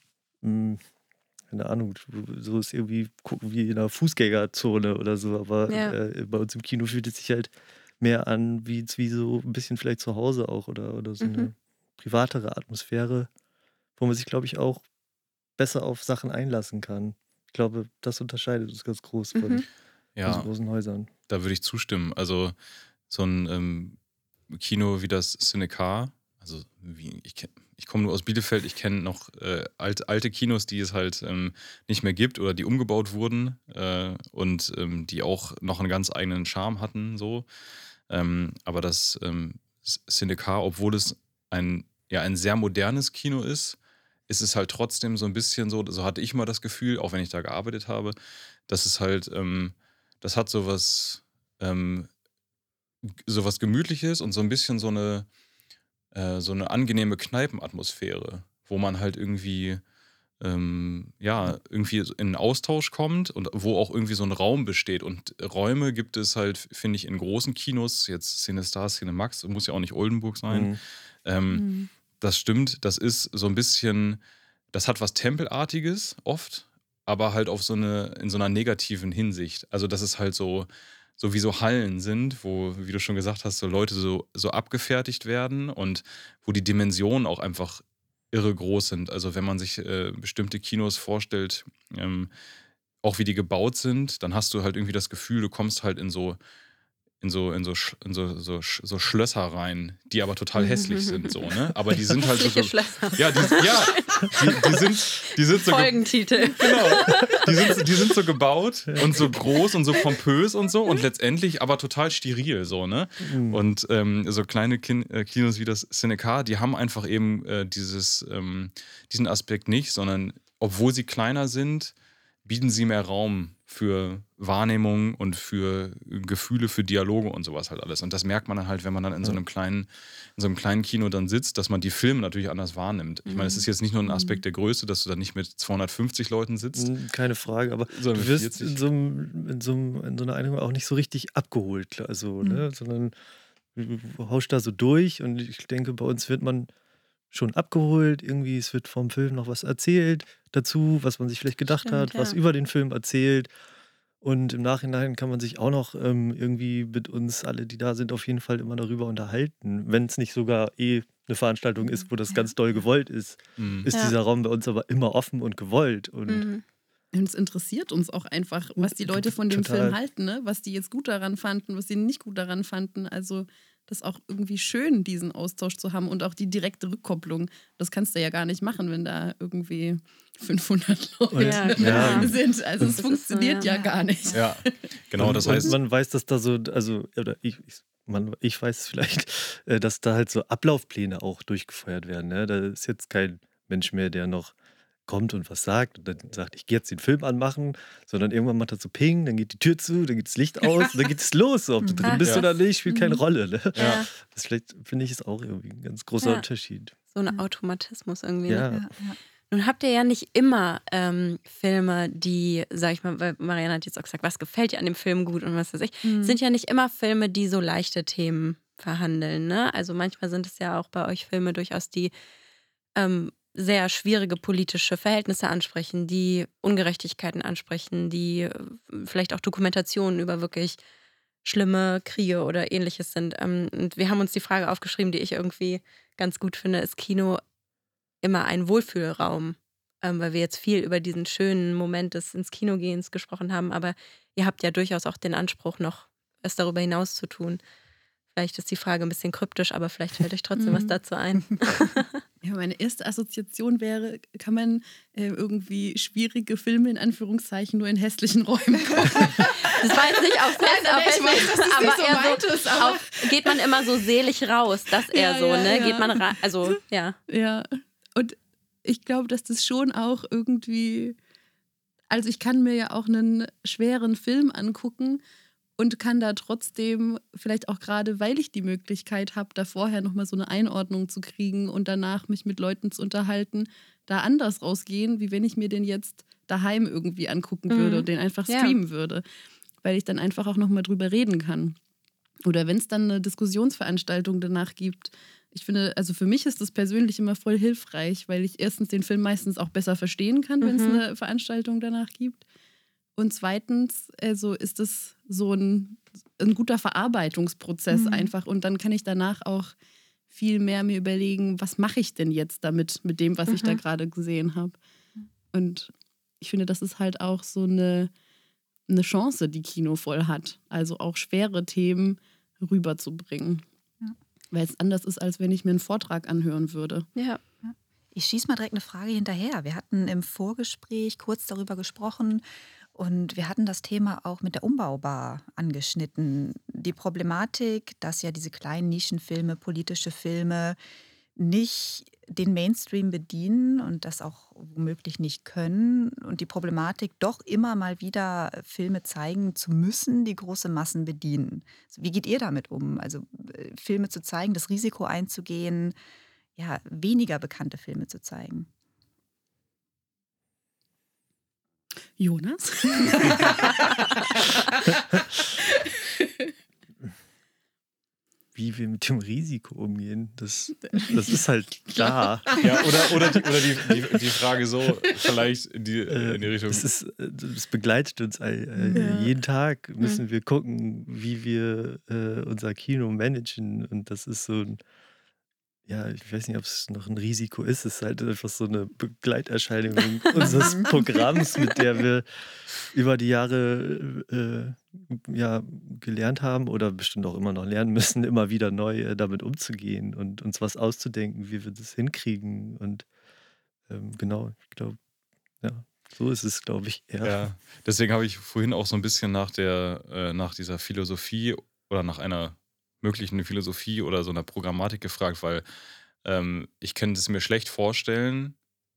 Speaker 3: Keine Ahnung, so ist irgendwie gucken wie in einer Fußgängerzone oder so, aber
Speaker 4: Ja.
Speaker 3: bei uns im Kino fühlt es sich halt mehr an, wie so ein bisschen vielleicht zu Hause auch oder so eine privatere Atmosphäre, wo man sich, glaube ich, auch besser auf Sachen einlassen kann. Ich glaube, das unterscheidet uns ganz groß von so
Speaker 1: Ja,
Speaker 3: großen Häusern.
Speaker 1: da würde ich zustimmen. Also so ein Kino wie das Cinecar, also ich komme nur aus Bielefeld, ich kenne noch alte Kinos, die es halt nicht mehr gibt oder die umgebaut wurden und die auch noch einen ganz eigenen Charme hatten. So. Aber das Cinecar, obwohl es ein sehr modernes Kino ist es halt trotzdem so ein bisschen so hatte ich mal das Gefühl, auch wenn ich da gearbeitet habe, dass es halt, das hat sowas Gemütliches und so ein bisschen so eine so eine angenehme Kneipenatmosphäre, wo man halt irgendwie irgendwie in einen Austausch kommt und wo auch irgendwie so ein Raum besteht. Und Räume gibt es halt, finde ich, in großen Kinos, jetzt CineStar, Cinemax, muss ja auch nicht Oldenburg sein.
Speaker 3: Mhm.
Speaker 1: Ähm, Das stimmt, das ist so ein bisschen, das hat was Tempelartiges oft, aber halt in so einer negativen Hinsicht. Also, dass es halt so wie so Hallen sind, wo, wie du schon gesagt hast, so Leute so abgefertigt werden und wo die Dimensionen auch einfach irre groß sind. Also wenn man sich bestimmte Kinos vorstellt, auch wie die gebaut sind, dann hast du halt irgendwie das Gefühl, du kommst halt in so Schlösser rein, die aber total hässlich sind, so, ne? Aber die sind halt so.
Speaker 4: Hässliche Schlösser.
Speaker 1: Ja, die sind so.
Speaker 4: Folgentitel.
Speaker 1: Genau. Die sind so gebaut und so groß und so pompös und so und letztendlich aber total steril, so, ne?
Speaker 3: Mhm.
Speaker 1: Und so kleine Kinos wie das CineCar, die haben einfach eben diesen Aspekt nicht, sondern obwohl sie kleiner sind, bieten sie mehr Raum für Wahrnehmung und für Gefühle, für Dialoge und sowas halt alles. Und das merkt man dann halt, wenn man dann in so einem kleinen Kino dann sitzt, dass man die Filme natürlich anders wahrnimmt. Ich meine, es ist jetzt nicht nur ein Aspekt der Größe, dass du dann nicht mit 250 Leuten sitzt.
Speaker 3: Keine Frage, aber
Speaker 1: Sondern
Speaker 3: du wirst
Speaker 1: 40.
Speaker 3: in so einer Einigung auch nicht so richtig abgeholt, also, ne? Sondern du haust da so durch und ich denke, bei uns wird man schon abgeholt. Irgendwie, es wird vom Film noch was erzählt dazu, was man sich vielleicht gedacht
Speaker 4: Stimmt,
Speaker 3: hat, was
Speaker 4: ja.
Speaker 3: über den Film erzählt. Und im Nachhinein kann man sich auch noch irgendwie mit uns alle, die da sind, auf jeden Fall immer darüber unterhalten. Wenn es nicht sogar eine Veranstaltung ist, wo das ganz doll gewollt ist, ist
Speaker 4: Ja.
Speaker 3: dieser Raum bei uns aber immer offen und gewollt. Und
Speaker 4: Mhm.
Speaker 2: Und es interessiert uns auch einfach, was die Leute von dem
Speaker 3: Total.
Speaker 2: Film halten, ne? Was die jetzt gut daran fanden, was sie nicht gut daran fanden. Also das ist auch irgendwie schön, diesen Austausch zu haben und auch die direkte Rückkopplung. Das kannst du ja gar nicht machen, wenn da irgendwie 500 Leute
Speaker 4: Ja,
Speaker 3: klar.
Speaker 2: sind. Also es
Speaker 4: Das ist so,
Speaker 2: funktioniert ja
Speaker 4: ja.
Speaker 2: gar nicht.
Speaker 1: Ja, genau, das
Speaker 3: und
Speaker 1: heißt,
Speaker 3: man weiß, dass da so, also, oder ich weiß es vielleicht, dass da halt so Ablaufpläne auch durchgefeuert werden. Ne? Da ist jetzt kein Mensch mehr, der noch kommt und was sagt und dann sagt, ich gehe jetzt den Film anmachen, sondern irgendwann macht er so Ping, dann geht die Tür zu, dann geht das Licht aus und dann geht es los. Ob du drin bist
Speaker 1: Ja.
Speaker 3: oder nicht, spielt keine Rolle. Ne?
Speaker 4: Ja.
Speaker 3: Das vielleicht, finde ich, ist auch irgendwie ein ganz großer
Speaker 4: Ja.
Speaker 3: Unterschied.
Speaker 4: So ein Automatismus irgendwie.
Speaker 3: Ja.
Speaker 4: Ne? Nun habt ihr ja nicht immer Filme, die, sag ich mal, weil Marianne hat jetzt auch gesagt, was gefällt dir an dem Film gut und was weiß ich, sind ja nicht immer Filme, die so leichte Themen verhandeln. Ne? Also manchmal sind es ja auch bei euch Filme durchaus, die sehr schwierige politische Verhältnisse ansprechen, die Ungerechtigkeiten ansprechen, die vielleicht auch Dokumentationen über wirklich schlimme Kriege oder ähnliches sind. Und wir haben uns die Frage aufgeschrieben, die ich irgendwie ganz gut finde, ist Kino immer ein Wohlfühlraum? Weil wir jetzt viel über diesen schönen Moment des ins Kino gehens gesprochen haben, aber ihr habt ja durchaus auch den Anspruch, noch es darüber hinaus zu tun. Vielleicht ist die Frage ein bisschen kryptisch, aber vielleicht fällt euch trotzdem was dazu ein.
Speaker 2: Ja, meine erste Assoziation wäre, kann man irgendwie schwierige Filme in Anführungszeichen nur in hässlichen Räumen gucken?
Speaker 4: Das war jetzt nicht auf
Speaker 2: Ich weiß, dass du es
Speaker 4: aber
Speaker 2: nicht so
Speaker 4: eher
Speaker 2: meintest, aber-
Speaker 4: geht man immer so selig raus, das eher
Speaker 2: Ja,
Speaker 4: so,
Speaker 2: ja,
Speaker 4: ne?
Speaker 2: ja.
Speaker 4: Geht man rein, also ja.
Speaker 2: Ja, und ich glaube, dass das schon auch irgendwie, also ich kann mir ja auch einen schweren Film angucken und kann da trotzdem, vielleicht auch gerade, weil ich die Möglichkeit habe, da vorher nochmal so eine Einordnung zu kriegen und danach mich mit Leuten zu unterhalten, da anders rausgehen, wie wenn ich mir den jetzt daheim irgendwie angucken würde und den einfach
Speaker 4: Ja.
Speaker 2: streamen würde, weil ich dann einfach auch nochmal drüber reden kann. Oder wenn es dann eine Diskussionsveranstaltung danach gibt. Ich finde, also für mich ist das persönlich immer voll hilfreich, weil ich erstens den Film meistens auch besser verstehen kann, wenn es eine Veranstaltung danach gibt. Und zweitens, also ist es so ein guter Verarbeitungsprozess einfach. Und dann kann ich danach auch viel mehr mir überlegen, was mache ich denn jetzt damit, mit dem, was ich da gerade gesehen habe. Und ich finde, das ist halt auch so eine Chance, die Kino voll hat. Also auch schwere Themen rüberzubringen.
Speaker 5: Ja.
Speaker 2: Weil es anders ist, als wenn ich mir einen Vortrag anhören würde.
Speaker 4: Ja.
Speaker 5: Ich schieße mal direkt eine Frage hinterher. Wir hatten im Vorgespräch kurz darüber gesprochen und wir hatten das Thema auch mit der Umbaubar angeschnitten. Die Problematik, dass ja diese kleinen Nischenfilme, politische Filme nicht den Mainstream bedienen und das auch womöglich nicht können und die Problematik, doch immer mal wieder Filme zeigen zu müssen, die große Massen bedienen. Also wie geht ihr damit um? Also Filme zu zeigen, das Risiko einzugehen, ja, weniger bekannte Filme zu zeigen.
Speaker 2: Jonas?
Speaker 3: Wie wir mit dem Risiko umgehen, das ist halt da.
Speaker 1: Ja, oder die Frage so, vielleicht in die Richtung.
Speaker 3: Das begleitet uns jeden Tag, müssen wir gucken, wie wir unser Kino managen. Und das ist so ein, ja, ich weiß nicht, ob es noch ein Risiko ist. Es ist halt einfach so eine Begleiterscheinung unseres Programms, mit der wir über die Jahre gelernt haben oder bestimmt auch immer noch lernen müssen, immer wieder neu damit umzugehen und uns was auszudenken, wie wir das hinkriegen. Und genau, ich glaube, ja, so ist es, glaube ich, eher.
Speaker 1: Ja, deswegen habe ich vorhin auch so ein bisschen nach dieser Philosophie oder nach einer möglichen Philosophie oder so einer Programmatik gefragt, weil ich könnte es mir schlecht vorstellen,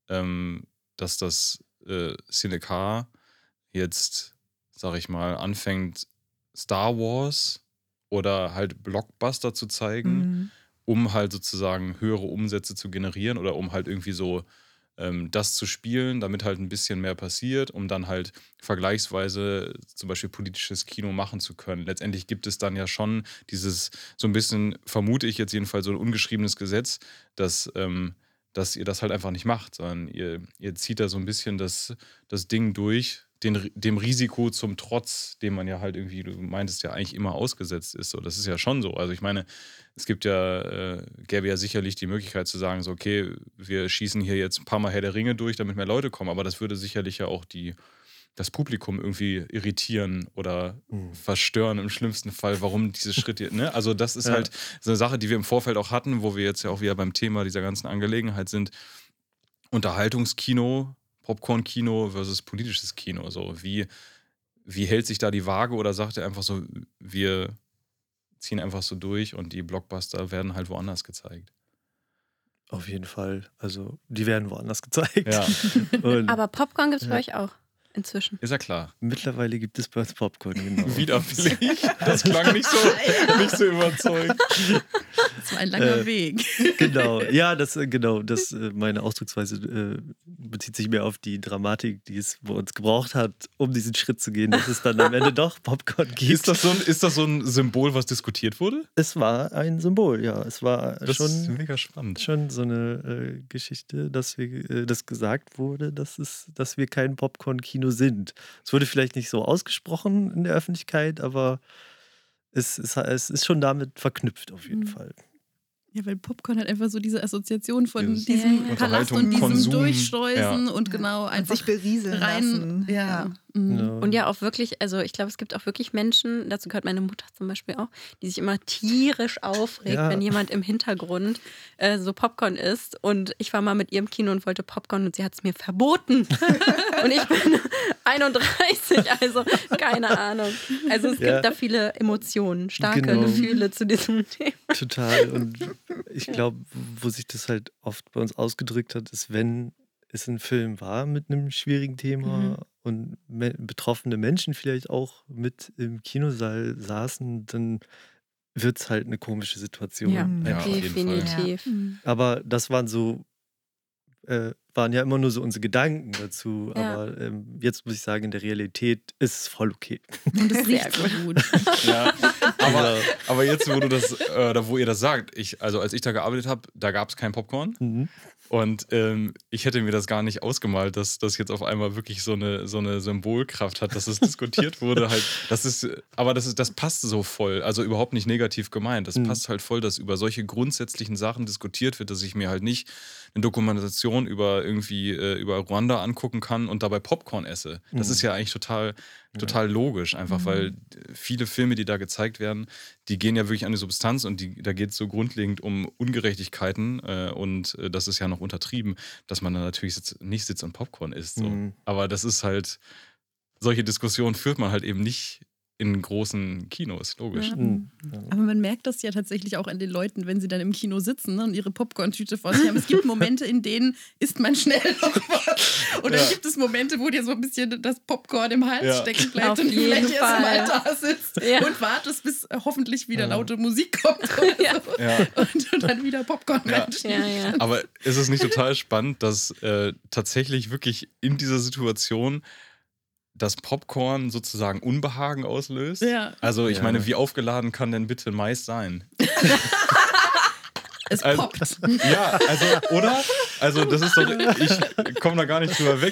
Speaker 1: dass das Cinecar jetzt, sag ich mal, anfängt, Star Wars oder halt Blockbuster zu zeigen, um halt sozusagen höhere Umsätze zu generieren oder um halt irgendwie so das zu spielen, damit halt ein bisschen mehr passiert, um dann halt vergleichsweise zum Beispiel politisches Kino machen zu können. Letztendlich gibt es dann ja schon dieses, so ein bisschen, vermute ich jetzt jedenfalls, so ein ungeschriebenes Gesetz, dass ihr das halt einfach nicht macht, sondern ihr zieht da so ein bisschen das Ding durch, dem Risiko zum Trotz, dem man ja halt irgendwie, du meintest ja eigentlich immer ausgesetzt ist. So, das ist ja schon so. Also ich meine, es gäbe ja sicherlich die Möglichkeit zu sagen, so okay, wir schießen hier jetzt ein paar Mal Herr der Ringe durch, damit mehr Leute kommen, aber das würde sicherlich ja auch das Publikum irgendwie irritieren oder verstören im schlimmsten Fall, warum diese Schritte, ne? Also das ist halt so eine Sache, die wir im Vorfeld auch hatten, wo wir jetzt ja auch wieder beim Thema dieser ganzen Angelegenheit sind. Unterhaltungskino, Popcorn-Kino versus politisches Kino. So, wie hält sich da die Waage oder sagt er einfach so, wir ziehen einfach so durch und die Blockbuster werden halt woanders gezeigt?
Speaker 3: Auf jeden Fall. Also, die werden woanders gezeigt.
Speaker 1: Ja.
Speaker 4: Aber Popcorn gibt es bei euch auch inzwischen.
Speaker 1: Ist ja klar.
Speaker 3: Mittlerweile gibt es bei uns Popcorn, genau.
Speaker 1: Widerwillig. Das klang nicht so überzeugt.
Speaker 2: Das war ein langer Weg.
Speaker 3: Genau, ja, meine Ausdrucksweise bezieht sich mehr auf die Dramatik, die es bei uns gebraucht hat, um diesen Schritt zu gehen, dass es dann am Ende doch Popcorn gibt.
Speaker 1: Ist das so ein Symbol, was diskutiert wurde?
Speaker 3: Es war ein Symbol, ja. Es war
Speaker 1: Das ist mega spannend.
Speaker 3: schon so eine Geschichte, dass gesagt wurde, dass wir kein Popcorn-Kino sind. Es wurde vielleicht nicht so ausgesprochen in der Öffentlichkeit, aber es ist schon damit verknüpft auf jeden Fall.
Speaker 2: Ja, weil Popcorn hat einfach so diese Assoziation von
Speaker 1: Dieses
Speaker 2: diesem Palast und diesem
Speaker 1: Konsum,
Speaker 2: Durchschleusen und genau
Speaker 5: Und
Speaker 2: einfach
Speaker 5: sich berieseln
Speaker 2: rein.
Speaker 5: lassen.
Speaker 2: Ja.
Speaker 4: Und ja auch wirklich, also ich glaube, es gibt auch wirklich Menschen, dazu gehört meine Mutter zum Beispiel auch, die sich immer tierisch aufregt, wenn jemand im Hintergrund so Popcorn isst. Und ich war mal mit ihr im Kino und wollte Popcorn und sie hat es mir verboten. Und ich bin 31, also keine Ahnung. Also es gibt da viele Emotionen, starke Gefühle zu diesem Thema.
Speaker 3: Total. Und ich glaube, wo sich das halt oft bei uns ausgedrückt hat, ist, wenn es ein Film war mit einem schwierigen Thema und betroffene Menschen vielleicht auch mit im Kinosaal saßen, dann wird es halt eine komische Situation.
Speaker 4: Ja,
Speaker 1: auf jeden Fall.
Speaker 4: definitiv.
Speaker 3: Aber das waren ja immer nur so unsere Gedanken dazu.
Speaker 4: Ja.
Speaker 3: Aber jetzt muss ich sagen, in der Realität ist es voll okay.
Speaker 2: Und es riecht so gut.
Speaker 1: Ja, aber jetzt, wo ihr das sagt, als ich da gearbeitet habe, da gab es kein Popcorn. Und ich hätte mir das gar nicht ausgemalt, dass das jetzt auf einmal wirklich so eine Symbolkraft hat, dass es diskutiert wurde. Halt, das passt so voll, also überhaupt nicht negativ gemeint. Das passt halt voll, dass über solche grundsätzlichen Sachen diskutiert wird, dass ich mir halt nicht eine Dokumentation über Ruanda angucken kann und dabei Popcorn esse. Das ist ja eigentlich total logisch, einfach weil viele Filme, die da gezeigt werden, die gehen ja wirklich an die Substanz und da geht es so grundlegend um Ungerechtigkeiten und das ist ja noch untertrieben, dass man dann natürlich nicht sitzt und Popcorn isst. So. Aber das ist halt, solche Diskussionen führt man halt eben nicht in großen Kinos, logisch.
Speaker 2: Ja.
Speaker 3: Mhm.
Speaker 2: Aber man merkt das ja tatsächlich auch an den Leuten, wenn sie dann im Kino sitzen, ne, und ihre Popcorn-Tüte vor sich haben. Es gibt Momente, in denen isst man schnell noch was. Und dann gibt es Momente, wo dir so ein bisschen das Popcorn im Hals stecken bleibt
Speaker 4: Auf
Speaker 2: und du
Speaker 4: jeden
Speaker 2: vielleicht erst mal
Speaker 4: Fall.
Speaker 2: da sitzt und wartest, bis hoffentlich wieder laute Musik kommt oder so.
Speaker 1: Ja.
Speaker 2: Und du dann wieder Popcorn reinschiebst.
Speaker 4: Ja.
Speaker 1: Aber ist es nicht total spannend, dass tatsächlich wirklich in dieser Situation das Popcorn sozusagen Unbehagen auslöst?
Speaker 2: Ja.
Speaker 1: Also ich
Speaker 3: Ja.
Speaker 1: meine, wie aufgeladen kann denn bitte Mais sein?
Speaker 2: Es
Speaker 1: Also-
Speaker 2: poppt.
Speaker 1: Ja, also, oder? Also das ist doch, ich komme da gar nicht drüber weg,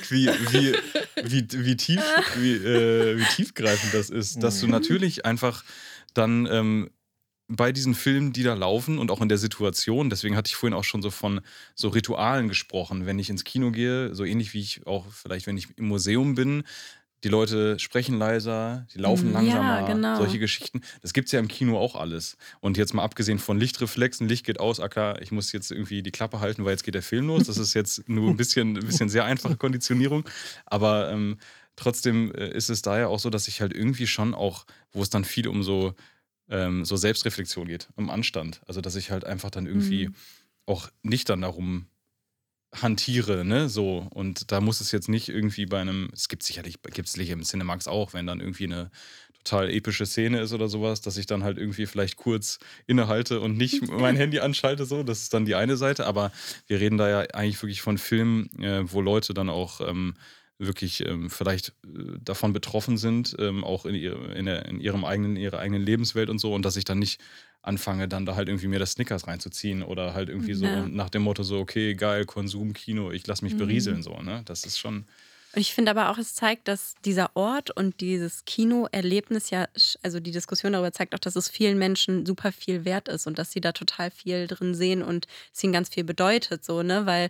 Speaker 1: wie tiefgreifend das ist. Dass du natürlich einfach dann bei diesen Filmen, die da laufen und auch in der Situation, deswegen hatte ich vorhin auch schon so von so Ritualen gesprochen, wenn ich ins Kino gehe, so ähnlich wie ich auch vielleicht, wenn ich im Museum bin, die Leute sprechen leiser, die laufen langsamer,
Speaker 4: genau.
Speaker 1: solche Geschichten. Das gibt es ja im Kino auch alles. Und jetzt mal abgesehen von Lichtreflexen, Licht geht aus, klar, ich muss jetzt irgendwie die Klappe halten, weil jetzt geht der Film los. Das ist jetzt nur ein bisschen sehr einfache Konditionierung. Aber trotzdem ist es da ja auch so, dass ich halt irgendwie schon auch, wo es dann viel um so Selbstreflexion geht, um Anstand. Also dass ich halt einfach dann irgendwie auch nicht dann darum hantiere, ne, so. Und da muss es jetzt nicht irgendwie bei einem, es gibt sicherlich im Cinemax auch, wenn dann irgendwie eine total epische Szene ist oder sowas, dass ich dann halt irgendwie vielleicht kurz innehalte und nicht mein Handy anschalte, so, das ist dann die eine Seite, aber wir reden da ja eigentlich wirklich von Filmen, wo Leute dann auch wirklich vielleicht davon betroffen sind, auch in ihrer eigenen Lebenswelt und so, und dass ich dann nicht anfange, dann da halt irgendwie mir das Snickers reinzuziehen oder halt irgendwie so nach dem Motto so, okay, geil, Konsum, Kino, ich lass mich berieseln, so, ne? Das ist schon...
Speaker 4: Und ich finde aber auch, es zeigt, dass dieser Ort und dieses Kinoerlebnis ja, also die Diskussion darüber zeigt auch, dass es vielen Menschen super viel wert ist und dass sie da total viel drin sehen und es ihnen ganz viel bedeutet, so, ne? Weil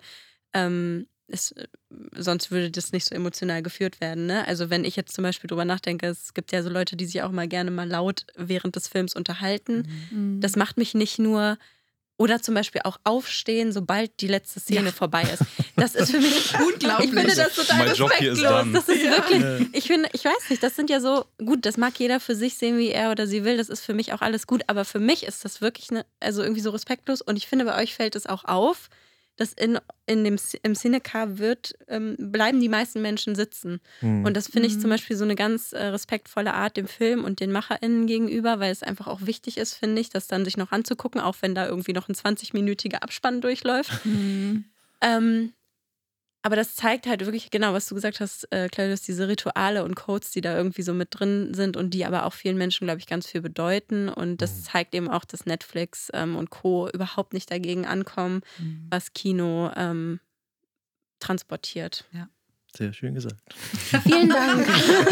Speaker 4: sonst würde das nicht so emotional geführt werden, ne? Also wenn ich jetzt zum Beispiel drüber nachdenke, es gibt ja so Leute, die sich auch mal gerne mal laut während des Films unterhalten. Das macht mich nicht nur, oder zum Beispiel auch aufstehen, sobald die letzte Szene vorbei ist. Das ist für mich unglaublich. Ich finde das total
Speaker 1: Mein Job hier ist
Speaker 4: respektlos.
Speaker 1: done.
Speaker 4: Das ist wirklich, ich weiß nicht, das sind ja so, gut, das mag jeder für sich sehen, wie er oder sie will, das ist für mich auch alles gut, aber für mich ist das wirklich also irgendwie so respektlos und ich finde, bei euch fällt es auch auf, dass im Cinecar bleiben die meisten Menschen sitzen. Und das finde ich zum Beispiel so eine ganz respektvolle Art dem Film und den MacherInnen gegenüber, weil es einfach auch wichtig ist, finde ich, das dann sich noch anzugucken, auch wenn da irgendwie noch ein 20-minütiger Abspann durchläuft. Aber das zeigt halt wirklich genau, was du gesagt hast, Claudius, diese Rituale und Codes, die da irgendwie so mit drin sind und die aber auch vielen Menschen, glaube ich, ganz viel bedeuten. Und das zeigt eben auch, dass Netflix und Co. überhaupt nicht dagegen ankommen, was Kino transportiert.
Speaker 5: Ja.
Speaker 3: Sehr schön gesagt.
Speaker 4: Vielen Dank.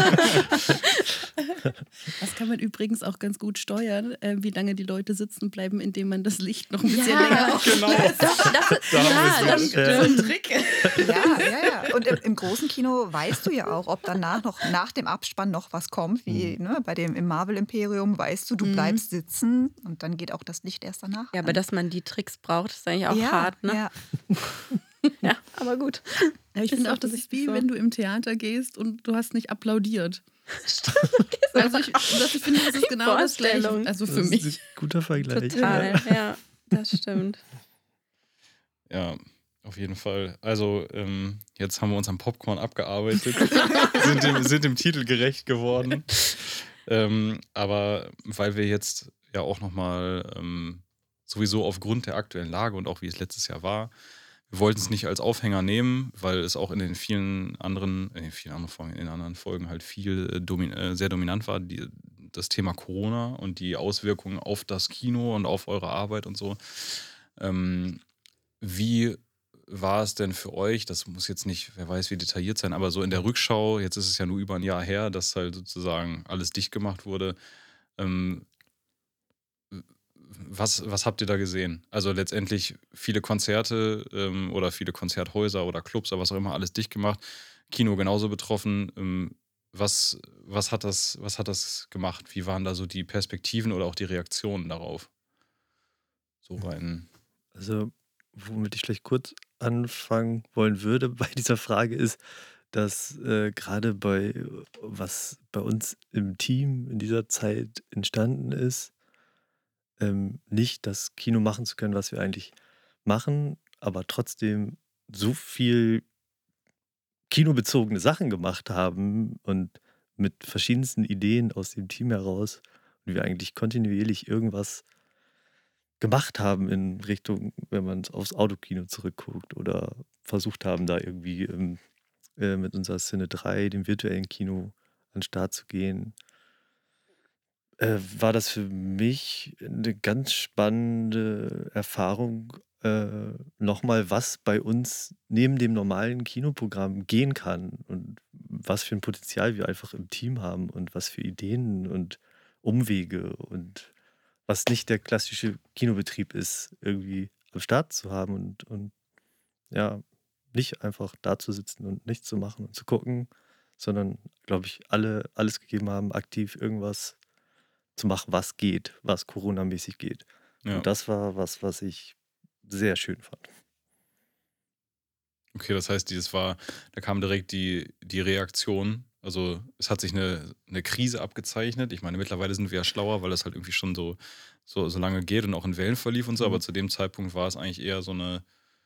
Speaker 2: Das kann man übrigens auch ganz gut steuern, wie lange die Leute sitzen bleiben, indem man das Licht noch ein bisschen
Speaker 4: Ja,
Speaker 2: länger
Speaker 1: Genau.
Speaker 4: Das
Speaker 2: ist so ein Trick.
Speaker 5: Ja. Und im großen Kino weißt du ja auch, ob danach noch nach dem Abspann noch was kommt, wie im Marvel-Imperium, weißt du bleibst sitzen und dann geht auch das Licht erst danach.
Speaker 4: Ja, aber dass man die Tricks braucht, ist eigentlich auch
Speaker 5: ja,
Speaker 4: hart, ne?
Speaker 5: Ja.
Speaker 4: Ja, aber gut.
Speaker 2: Ja, ich finde auch, das ist wie, wenn du im Theater gehst und du hast nicht applaudiert. Also ich finde, das ist genau das Gleiche.
Speaker 4: Vorstellung.
Speaker 2: Also für
Speaker 3: Das ist
Speaker 2: mich.
Speaker 3: ein guter Vergleich.
Speaker 4: Total, ja, das stimmt.
Speaker 1: Ja, auf jeden Fall. Also jetzt haben wir uns am Popcorn abgearbeitet, sind dem Titel gerecht geworden. Aber weil wir jetzt ja auch nochmal sowieso aufgrund der aktuellen Lage und auch wie es letztes Jahr war, wir wollten es nicht als Aufhänger nehmen, weil es auch in den vielen anderen Folgen halt sehr dominant war, das Thema Corona und die Auswirkungen auf das Kino und auf eure Arbeit und so. Wie war es denn für euch, das muss jetzt nicht, wer weiß wie detailliert sein, aber so in der Rückschau, jetzt ist es ja nur über ein Jahr her, dass halt sozusagen alles dicht gemacht wurde. Was habt ihr da gesehen? Also letztendlich viele Konzerte oder viele Konzerthäuser oder Clubs oder was auch immer, alles dicht gemacht. Kino genauso betroffen. Was hat das gemacht? Wie waren da so die Perspektiven oder auch die Reaktionen darauf? So rein.
Speaker 3: Also, womit ich vielleicht kurz anfangen wollen würde bei dieser Frage ist, dass gerade was bei uns im Team in dieser Zeit entstanden ist, nicht das Kino machen zu können, was wir eigentlich machen, aber trotzdem so viel kinobezogene Sachen gemacht haben und mit verschiedensten Ideen aus dem Team heraus und wir eigentlich kontinuierlich irgendwas gemacht haben in Richtung, wenn man aufs Autokino zurückguckt oder versucht haben, da irgendwie mit unserer Cine 3, dem virtuellen Kino, an den Start zu gehen, war das für mich eine ganz spannende Erfahrung, nochmal, was bei uns neben dem normalen Kinoprogramm gehen kann und was für ein Potenzial wir einfach im Team haben und was für Ideen und Umwege und was nicht der klassische Kinobetrieb ist, irgendwie am Start zu haben und ja, nicht einfach da zu sitzen und nichts zu machen und zu gucken, sondern, glaube ich, alle alles gegeben haben, aktiv irgendwas zu machen, was geht, was Corona-mäßig geht.
Speaker 1: Ja.
Speaker 3: Und das war was ich sehr schön fand.
Speaker 1: Okay, das heißt, da kam direkt die Reaktion. Also es hat sich eine Krise abgezeichnet. Ich meine, mittlerweile sind wir ja schlauer, weil das halt irgendwie schon so lange geht und auch in Wellen verlief und so. Aber zu dem Zeitpunkt war es eigentlich eher so eine,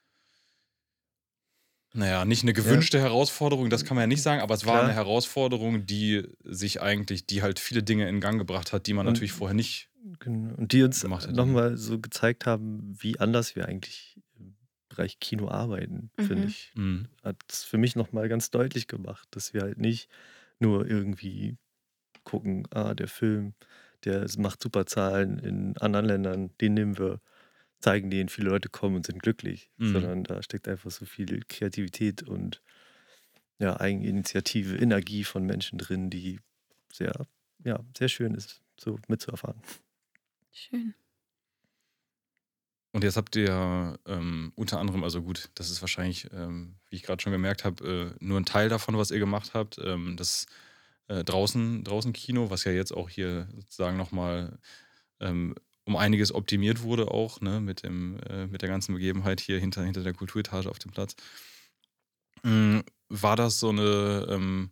Speaker 1: naja, nicht eine gewünschte Herausforderung, das kann man ja nicht sagen, aber es war eine Herausforderung, die halt viele Dinge in Gang gebracht hat, die man natürlich vorher nicht
Speaker 3: Genau. Und die uns
Speaker 1: gemacht hätte.
Speaker 3: nochmal so gezeigt haben, wie anders wir eigentlich im Bereich Kino arbeiten, finde ich. Hat es für mich nochmal ganz deutlich gemacht, dass wir halt nicht nur irgendwie gucken, der Film, der macht super Zahlen in anderen Ländern, den nehmen wir, zeigen den, viele Leute kommen und sind glücklich, sondern da steckt einfach so viel Kreativität und Eigeninitiative, Energie von Menschen drin, die sehr schön ist, so mitzuerfahren.
Speaker 4: Schön.
Speaker 1: Und jetzt habt ihr unter anderem, also gut, das ist wahrscheinlich, wie ich gerade schon gemerkt habe, nur ein Teil davon, was ihr gemacht habt. Das draußen Kino, was ja jetzt auch hier sozusagen nochmal um einiges optimiert wurde auch, ne, mit der ganzen Begebenheit hier hinter der Kulturetage auf dem Platz. War das so eine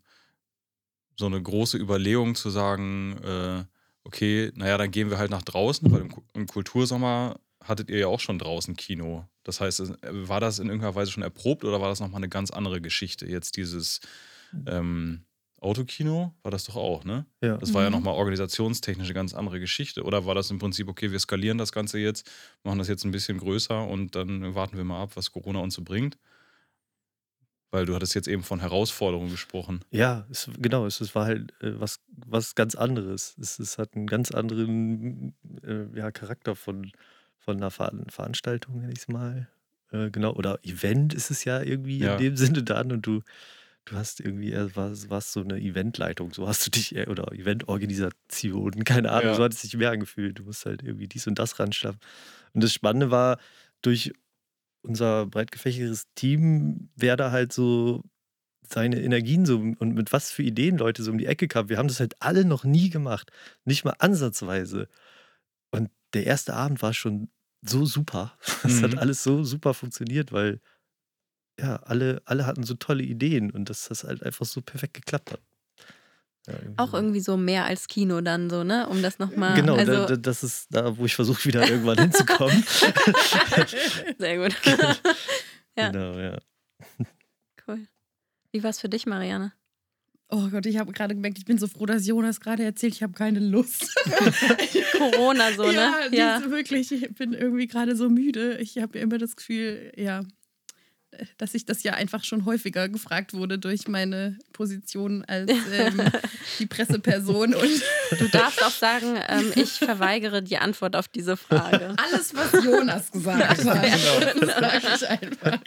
Speaker 1: große Überlegung zu sagen, okay, naja, dann gehen wir halt nach draußen, weil im Kultursommer hattet ihr ja auch schon draußen Kino. Das heißt, war das in irgendeiner Weise schon erprobt oder war das nochmal eine ganz andere Geschichte? Jetzt dieses Autokino war das doch auch, ne?
Speaker 3: Ja.
Speaker 1: Das war ja nochmal organisationstechnisch eine ganz andere Geschichte. Oder war das im Prinzip, okay, wir skalieren das Ganze jetzt, machen das jetzt ein bisschen größer und dann warten wir mal ab, was Corona uns so bringt? Weil du hattest jetzt eben von Herausforderungen gesprochen.
Speaker 3: Ja, es war halt was ganz anderes. Es hat einen ganz anderen Charakter von einer Veranstaltung, nenne ich es mal. Genau, oder Event ist es ja irgendwie in dem Sinne dann und du hast irgendwie, warst so eine Eventleitung, so hast du dich, oder Eventorganisation, keine Ahnung, so hat es sich mehr angefühlt. Du musst halt irgendwie dies und das ranschaffen. Und das Spannende war, durch unser breit gefächertes Team, wer da halt so seine Energien so und mit was für Ideen Leute so um die Ecke kamen. Wir haben das halt alle noch nie gemacht. Nicht mal ansatzweise. Und der erste Abend war schon so super. Es hat alles so super funktioniert, weil alle hatten so tolle Ideen und dass das halt einfach so perfekt geklappt hat. Ja,
Speaker 4: Auch irgendwie so mehr als Kino dann so, ne? Um das nochmal.
Speaker 3: Genau,
Speaker 4: also,
Speaker 3: das ist da, wo ich versuche, wieder irgendwann hinzukommen.
Speaker 4: sehr gut. Ja.
Speaker 3: Genau, ja.
Speaker 4: Cool. Wie war es für dich, Marianne?
Speaker 2: Oh Gott, ich habe gerade gemerkt, ich bin so froh, dass Jonas gerade erzählt, ich habe keine Lust.
Speaker 4: Corona so, ne?
Speaker 2: Ja, wirklich, ich bin irgendwie gerade so müde. Ich habe immer das Gefühl, dass ich das ja einfach schon häufiger gefragt wurde durch meine Position als die Presseperson. Und
Speaker 4: Du darfst auch sagen, ich verweigere die Antwort auf diese Frage.
Speaker 2: alles, was Jonas gesagt hat, das sage ich einfach.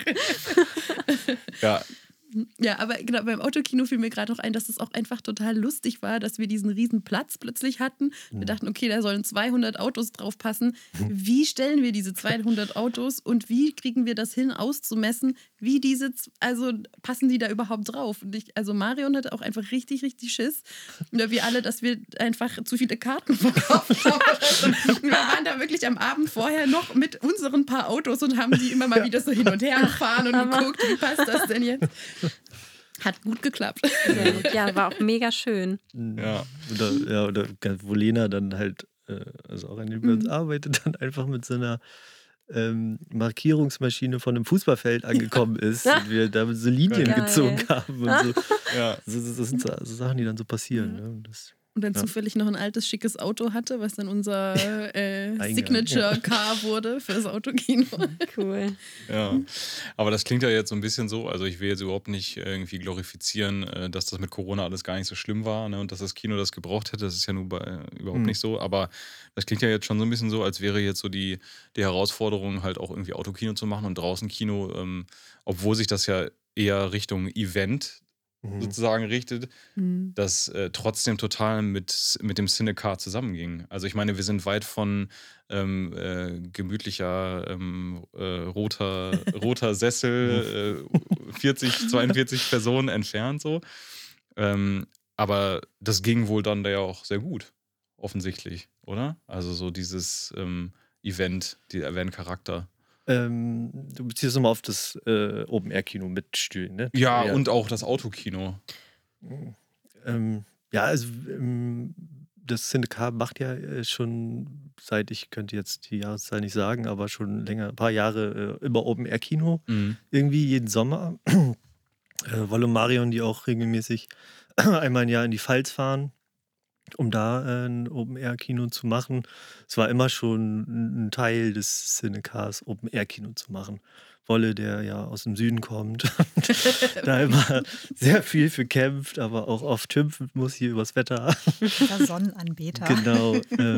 Speaker 1: Ja,
Speaker 2: Ja, aber genau, beim Autokino fiel mir gerade noch ein, dass es auch einfach total lustig war, dass wir diesen riesen Platz plötzlich hatten. Wir dachten, okay, da sollen 200 Autos drauf passen. Wie stellen wir diese 200 Autos und wie kriegen wir das hin, auszumessen, wie also passen die da überhaupt drauf? Und also Marion hatte auch einfach richtig, richtig Schiss. Oder wir alle, dass wir einfach zu viele Karten verkauft haben. Wir waren da wirklich am Abend vorher noch mit unseren paar Autos und haben die immer mal wieder so hin und her gefahren und geguckt, wie passt das denn jetzt? Hat gut geklappt.
Speaker 4: Sehr gut. Ja, war auch mega schön.
Speaker 1: Ja.
Speaker 3: Oder wo Lena dann halt, also auch an dem wir uns arbeitet, dann einfach mit so einer Markierungsmaschine von einem Fußballfeld angekommen ist und wir damit so Linien
Speaker 4: Geil.
Speaker 3: gezogen haben und so.
Speaker 1: Ja.
Speaker 3: Das sind so Sachen, die dann so passieren.
Speaker 2: Ja.
Speaker 3: Ne? Und das,
Speaker 2: Und dann
Speaker 3: Ja.
Speaker 2: zufällig noch ein altes, schickes Auto hatte, was dann unser
Speaker 3: Eingang,
Speaker 2: Signature-Car wurde für das Autokino.
Speaker 4: Cool.
Speaker 1: Ja, aber das klingt ja jetzt so ein bisschen so, also ich will jetzt überhaupt nicht irgendwie glorifizieren, dass das mit Corona alles gar nicht so schlimm war, ne, und dass das Kino das gebraucht hätte, das ist ja nun überhaupt nicht so, aber das klingt ja jetzt schon so ein bisschen so, als wäre jetzt so die Herausforderung halt auch irgendwie Autokino zu machen und draußen Kino, obwohl sich das ja eher Richtung Event sozusagen richtet, das trotzdem total mit dem Cinecar zusammenging. Also ich meine, wir sind weit von gemütlicher roter Sessel, 42 Personen entfernt so. Aber das ging wohl dann da ja auch sehr gut, offensichtlich, oder? Also so dieses der Event-Charakter.
Speaker 3: du beziehst nochmal auf das Open-Air-Kino mit Stühlen, ne?
Speaker 1: Ja, und auch das Autokino.
Speaker 3: Ja, also das Cinecar macht ja schon seit, ich könnte jetzt die Jahreszahl nicht sagen, aber schon länger, ein paar Jahre immer Open-Air-Kino. Irgendwie jeden Sommer. Wolle und Marion, die auch regelmäßig einmal im Jahr in die Pfalz fahren, um da ein Open-Air-Kino zu machen. Es war immer schon ein Teil des Cinecars, Open-Air-Kino zu machen. Wolle, der ja aus dem Süden kommt, da immer sehr viel für kämpft, aber auch oft schimpfen muss hier übers Wetter.
Speaker 5: Der Sonnenanbeter.
Speaker 3: Genau.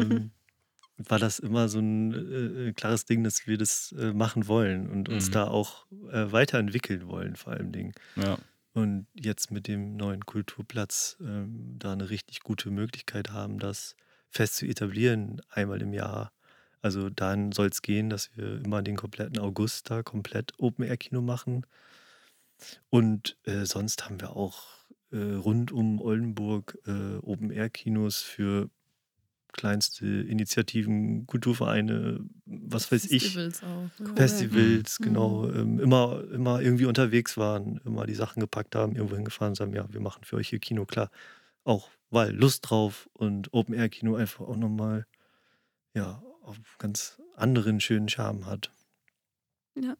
Speaker 3: War das immer so ein klares Ding, dass wir das machen wollen und uns da auch weiterentwickeln wollen, vor allem Dingen.
Speaker 1: Ja.
Speaker 3: Und jetzt mit dem neuen Kulturplatz da eine richtig gute Möglichkeit haben, das fest zu etablieren, einmal im Jahr. Also dann soll es gehen, dass wir immer den kompletten August da komplett Open-Air-Kino machen. Und sonst haben wir auch rund um Oldenburg Open-Air-Kinos für kleinste Initiativen, Kulturvereine, was weiß ich.
Speaker 2: Festivals auch. Ja.
Speaker 3: Festivals, genau, immer irgendwie unterwegs waren, immer die Sachen gepackt haben, irgendwo hingefahren und sagen, ja, wir machen für euch hier Kino, klar. Auch weil Lust drauf und Open-Air-Kino einfach auch nochmal, ja, auf ganz anderen schönen Charme hat.
Speaker 4: Ja.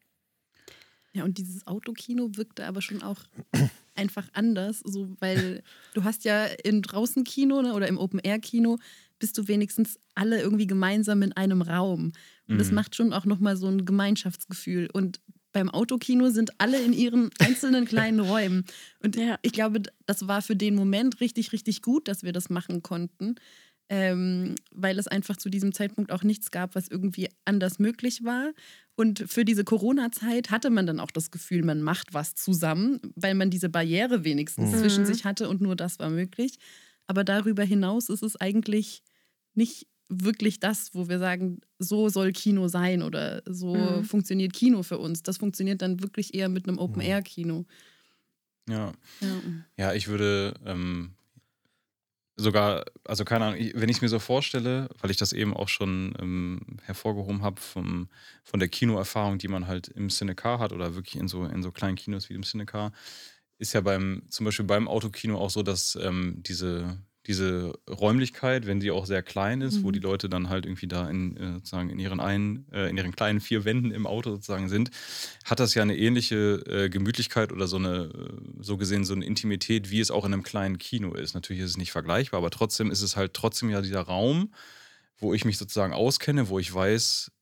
Speaker 2: Ja, und dieses Autokino wirkte aber schon auch einfach anders, so, weil du hast ja im Draußenkino, ne, oder im Open-Air-Kino bist du wenigstens alle irgendwie gemeinsam in einem Raum. Und das macht schon auch nochmal so ein Gemeinschaftsgefühl. Und beim Autokino sind alle in ihren einzelnen kleinen Räumen. Und ich glaube, das war für den Moment richtig, richtig gut, dass wir das machen konnten. Weil es einfach zu diesem Zeitpunkt auch nichts gab, was irgendwie anders möglich war. Und für diese Corona-Zeit hatte man dann auch das Gefühl, man macht was zusammen, weil man diese Barriere wenigstens zwischen sich hatte und nur das war möglich. Aber darüber hinaus ist es eigentlich nicht wirklich das, wo wir sagen, so soll Kino sein oder so funktioniert Kino für uns. Das funktioniert dann wirklich eher mit einem Open-Air-Kino.
Speaker 1: Ja. Ja, ich würde sogar, also keine Ahnung, wenn ich es mir so vorstelle, weil ich das eben auch schon hervorgehoben habe von der Kinoerfahrung, die man halt im Cinecar hat oder wirklich in so kleinen Kinos wie dem Cinecar, ist ja zum Beispiel beim Autokino auch so, dass diese Räumlichkeit, wenn sie auch sehr klein ist, wo die Leute dann halt irgendwie da sozusagen in ihren kleinen 4 Wänden im Auto sozusagen sind, hat das ja eine ähnliche Gemütlichkeit oder so gesehen so eine Intimität, wie es auch in einem kleinen Kino ist. Natürlich ist es nicht vergleichbar, aber trotzdem ist es halt ja dieser Raum, wo ich mich sozusagen auskenne, wo ich weiß,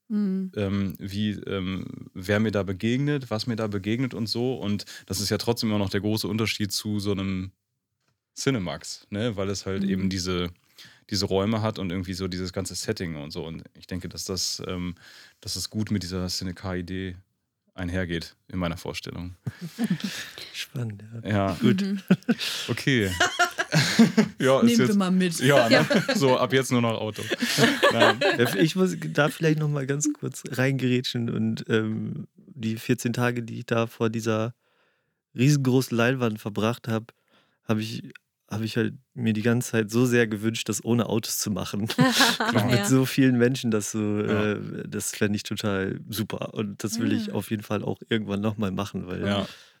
Speaker 1: wer mir da begegnet, was mir da begegnet und so. Und das ist ja trotzdem immer noch der große Unterschied zu so einem Cinemax, ne? Weil es halt eben diese Räume hat und irgendwie so dieses ganze Setting und so. Und ich denke, dass das gut mit dieser Cinecar-Idee einhergeht, in meiner Vorstellung.
Speaker 3: Spannend, ja.
Speaker 1: Ja, gut. Okay. Ja,
Speaker 2: Nehmen wir mal mit.
Speaker 1: Ja, ne? So ab jetzt nur noch Auto. Nein.
Speaker 3: Ich muss da vielleicht noch mal ganz kurz reingerätschen und die 14 Tage, die ich da vor dieser riesengroßen Leinwand verbracht habe, habe ich halt mir die ganze Zeit so sehr gewünscht, das ohne Autos zu machen. Mit so vielen Menschen, das fände ich total super. Und das will ich auf jeden Fall auch irgendwann nochmal machen, weil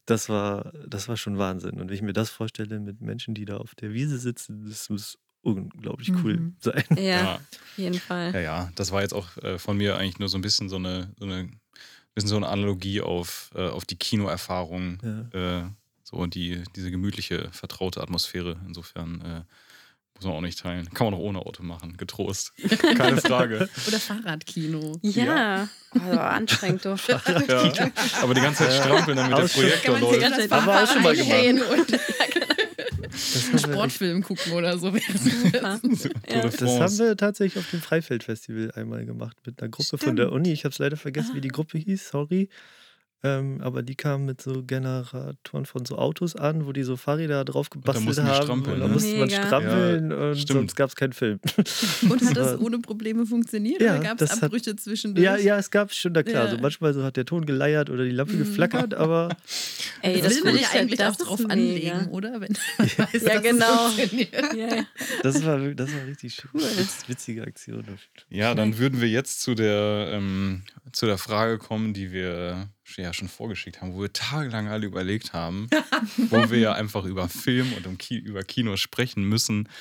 Speaker 3: das war schon Wahnsinn. Und wenn ich mir das vorstelle mit Menschen, die da auf der Wiese sitzen, das muss unglaublich cool sein.
Speaker 4: Ja,
Speaker 1: Ja.
Speaker 4: auf jeden Fall.
Speaker 1: Ja, das war jetzt auch von mir eigentlich nur so ein bisschen so eine Analogie auf die Kinoerfahrung, so diese gemütliche, vertraute Atmosphäre. Insofern muss man auch nicht teilen. Kann man auch ohne Auto machen, getrost. Keine Frage.
Speaker 2: Oder Fahrradkino.
Speaker 4: Ja, also anstrengend doch.
Speaker 1: Ja. Aber die ganze Zeit strampeln, damit der Projektor
Speaker 2: Kann man sich
Speaker 1: läuft.
Speaker 2: das
Speaker 3: Haben wir auch schon mal gemacht.
Speaker 2: einstellen und
Speaker 3: Das haben wir-
Speaker 2: Sportfilm gucken oder so.
Speaker 4: Super.
Speaker 1: Tour de
Speaker 3: Das
Speaker 1: France.
Speaker 3: haben wir tatsächlich auf dem Freifeldfestival einmal gemacht mit einer Gruppe von der Uni. Ich habe es leider vergessen, wie die Gruppe hieß, sorry. Aber die kamen mit so Generatoren von so Autos an, wo die so Fahrräder drauf gebastelt
Speaker 1: mussten die
Speaker 3: haben.
Speaker 1: strampeln,
Speaker 3: Und da
Speaker 1: ne?
Speaker 3: musste man
Speaker 4: Mega.
Speaker 3: strampeln und
Speaker 1: stimmt.
Speaker 3: sonst gab es keinen Film.
Speaker 2: Und hat das
Speaker 3: war-
Speaker 2: ohne Probleme funktioniert?
Speaker 3: Ja,
Speaker 2: oder gab es
Speaker 3: das hat-
Speaker 2: Abbrüche zwischendurch?
Speaker 3: Ja, es gab schon, na klar,
Speaker 2: Ja.
Speaker 3: so manchmal so hat der Ton geleiert oder die Lampe geflackert, aber
Speaker 4: Ey,
Speaker 2: Das
Speaker 4: das
Speaker 2: will man
Speaker 4: finde
Speaker 2: ja
Speaker 4: ich
Speaker 2: eigentlich
Speaker 4: das
Speaker 2: auch drauf
Speaker 4: ist mega.
Speaker 2: anlegen, oder? Wenn man weiß,
Speaker 4: Ja,
Speaker 2: dass
Speaker 4: genau.
Speaker 2: es funktioniert.
Speaker 4: Ja.
Speaker 3: das war richtig schön. Witzige Aktion.
Speaker 1: Ja, dann würden wir jetzt zu der Frage kommen, die wir ja schon vorgeschickt haben, wo wir tagelang alle überlegt haben, wo wir ja einfach über Film und über Kino sprechen müssen.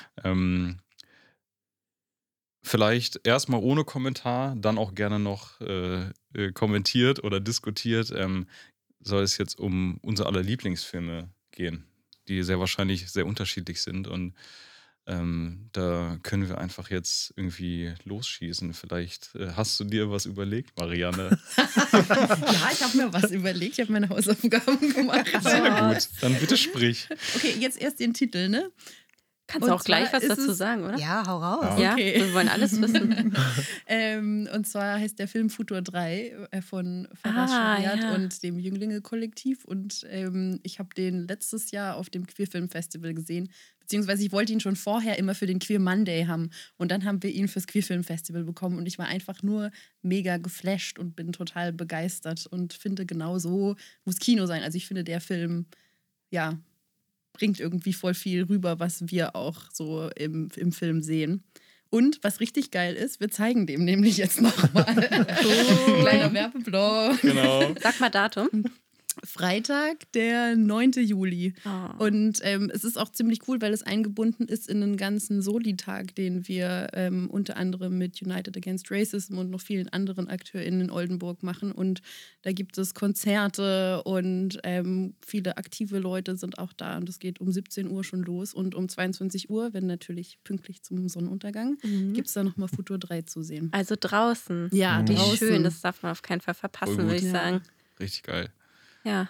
Speaker 1: Vielleicht erstmal ohne Kommentar, dann auch gerne noch kommentiert oder diskutiert. Soll es jetzt um unsere aller Lieblingsfilme gehen, die sehr wahrscheinlich sehr unterschiedlich sind, und da können wir einfach jetzt irgendwie losschießen. Vielleicht hast du dir was überlegt, Marianne?
Speaker 2: Ja, ich habe mir was überlegt. Ich habe meine Hausaufgaben gemacht.
Speaker 1: Sehr gut. Dann bitte sprich.
Speaker 2: Okay, jetzt erst den Titel, ne?
Speaker 4: Kannst du
Speaker 2: Und
Speaker 4: auch gleich
Speaker 2: zwar
Speaker 4: was
Speaker 2: ist
Speaker 4: dazu
Speaker 2: es-
Speaker 4: sagen, oder?
Speaker 5: Ja, hau raus.
Speaker 1: Ja.
Speaker 4: Ja,
Speaker 2: Okay.
Speaker 4: wir wollen alles wissen.
Speaker 2: Und zwar heißt der Film Futur 3 von Faraz Shariat
Speaker 4: ja.
Speaker 2: und dem Jünglinge-Kollektiv. Und ich habe den letztes Jahr auf dem Queerfilm-Festival gesehen. Beziehungsweise ich wollte ihn schon vorher immer für den Queer Monday haben. Und dann haben wir ihn fürs Queerfilm-Festival bekommen. Und ich war einfach nur mega geflasht und bin total begeistert und finde, genau so muss Kino sein. Also ich finde, der Film, ja, bringt irgendwie voll viel rüber, was wir auch so im Film sehen. Und was richtig geil ist, wir zeigen dem nämlich jetzt nochmal. Kleiner Werbeblock.
Speaker 1: Genau.
Speaker 4: Sag mal Datum.
Speaker 2: Freitag, der 9. Juli.
Speaker 4: Oh.
Speaker 2: Und es ist auch ziemlich cool, weil es eingebunden ist in einen ganzen Soli-Tag, den wir unter anderem mit United Against Racism und noch vielen anderen AkteurInnen in Oldenburg machen. Und da gibt es Konzerte und viele aktive Leute sind auch da. Und es geht um 17 Uhr schon los. Und um 22 Uhr, wenn natürlich pünktlich zum Sonnenuntergang, gibt es da nochmal Futur 3 zu sehen.
Speaker 4: Also draußen.
Speaker 2: Ja,
Speaker 4: Wie
Speaker 2: draußen.
Speaker 4: schön, das darf man auf keinen Fall verpassen,
Speaker 1: Voll gut.
Speaker 4: würde ich
Speaker 2: Ja.
Speaker 4: sagen.
Speaker 1: Richtig geil.
Speaker 4: Ja.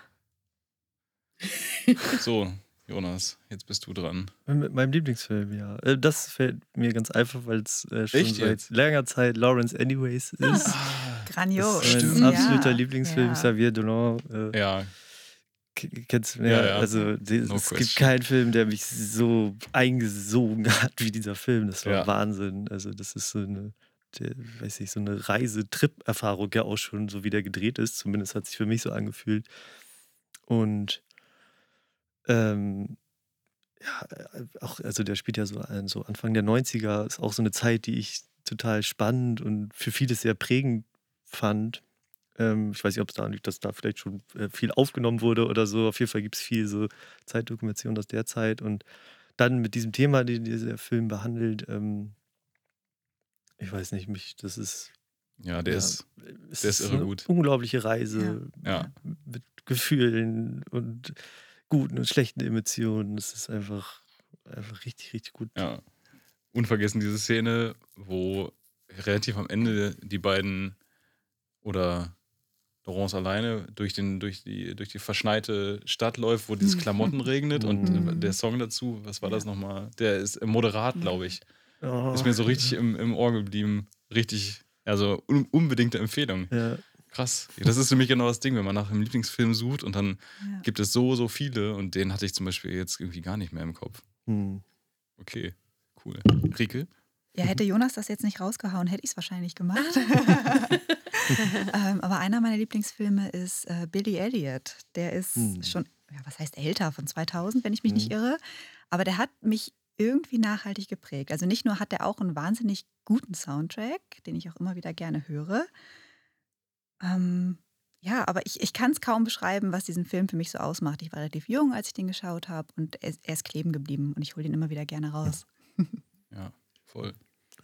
Speaker 1: So, Jonas, jetzt bist du dran.
Speaker 3: Mit meinem Lieblingsfilm, ja. Das fällt mir ganz einfach, weil es schon
Speaker 1: Echt
Speaker 3: seit
Speaker 1: jetzt?
Speaker 3: langer Zeit Lawrence Anyways ist.
Speaker 5: Grandios.
Speaker 3: Das ist mein
Speaker 1: Stimmt.
Speaker 3: absoluter
Speaker 5: Ja.
Speaker 3: Lieblingsfilm,
Speaker 5: Ja.
Speaker 3: Xavier Dolan.
Speaker 1: Ja,
Speaker 3: Kennst du,
Speaker 1: Ja, ja.
Speaker 3: Also
Speaker 1: No
Speaker 3: es gibt
Speaker 1: question.
Speaker 3: keinen Film, der mich so eingesogen hat wie dieser Film. Das war
Speaker 1: Ja.
Speaker 3: Wahnsinn. Also das ist so eine, so eine Reisetrip-Erfahrung ja auch schon, so wie der gedreht ist. Zumindest hat sich für mich so angefühlt. Und auch, also der spielt ja so Anfang der 90er, ist auch so eine Zeit, die ich total spannend und für viele sehr prägend fand. Ich weiß nicht, ob es daran liegt, dass da vielleicht schon viel aufgenommen wurde oder so. Auf jeden Fall gibt es viel so Zeitdokumentation aus der Zeit. Und dann mit diesem Thema, den dieser Film behandelt, ich weiß nicht, das ist.
Speaker 1: ja, der
Speaker 3: Ja,
Speaker 1: ist
Speaker 3: es
Speaker 1: der ist irre
Speaker 3: eine
Speaker 1: gut.
Speaker 3: unglaubliche Reise
Speaker 1: Ja.
Speaker 3: mit Gefühlen und guten und schlechten Emotionen. Das ist einfach richtig, richtig gut.
Speaker 1: Ja. Unvergessen diese Szene, wo relativ am Ende die beiden oder Laurence alleine durch die verschneite Stadt läuft, wo dieses Klamotten regnet, und der Song dazu, was war das nochmal? Der ist moderat, glaube ich.
Speaker 3: Oh,
Speaker 1: Ist mir so richtig im Ohr geblieben. Richtig, also unbedingte Empfehlung.
Speaker 3: ja.
Speaker 1: Krass. Das ist für mich genau das Ding, wenn man nach einem Lieblingsfilm sucht und dann
Speaker 5: Ja.
Speaker 1: gibt es so viele, und den hatte ich zum Beispiel jetzt irgendwie gar nicht mehr im Kopf. Okay, cool. Rieke?
Speaker 5: Ja, hätte Jonas das jetzt nicht rausgehauen, hätte ich es wahrscheinlich gemacht. Aber einer meiner Lieblingsfilme ist Billy Elliot. Der ist schon, ja, was heißt älter, von 2000, wenn ich mich nicht irre. Aber der hat mich irgendwie nachhaltig geprägt. Also nicht nur hat er auch einen wahnsinnig guten Soundtrack, den ich auch immer wieder gerne höre. Ja, aber ich kann es kaum beschreiben, was diesen Film für mich so ausmacht. Ich war relativ jung, als ich den geschaut habe und er ist kleben geblieben und ich hole den immer wieder gerne raus.
Speaker 1: Ja, voll.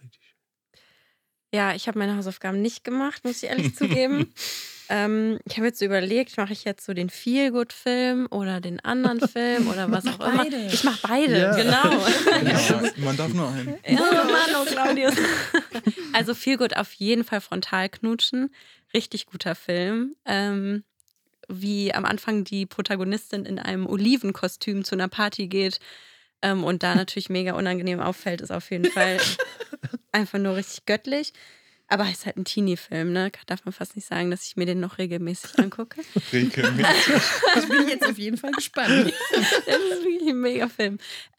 Speaker 4: Ja, ich habe meine Hausaufgaben nicht gemacht, muss ich ehrlich zugeben. Ich habe jetzt so überlegt, mache ich jetzt so den Feel-Good-Film oder den anderen Film oder was auch immer.
Speaker 2: beide.
Speaker 4: Ich mache beide,
Speaker 3: Ja.
Speaker 4: genau.
Speaker 1: Ja, man darf nur einen.
Speaker 4: Ja, Mann, oh Claudius. Also Feel-Good auf jeden Fall frontal knutschen. Richtig guter Film. Wie am Anfang die Protagonistin in einem Olivenkostüm zu einer Party geht und da natürlich mega unangenehm auffällt, ist auf jeden Fall einfach nur richtig göttlich. Aber es ist halt ein Teenie-Film, ne? Darf man fast nicht sagen, dass ich mir den noch regelmäßig angucke.
Speaker 1: Regelmäßig.
Speaker 2: Ich bin jetzt auf jeden Fall gespannt.
Speaker 4: Das ist wirklich ein mega Film.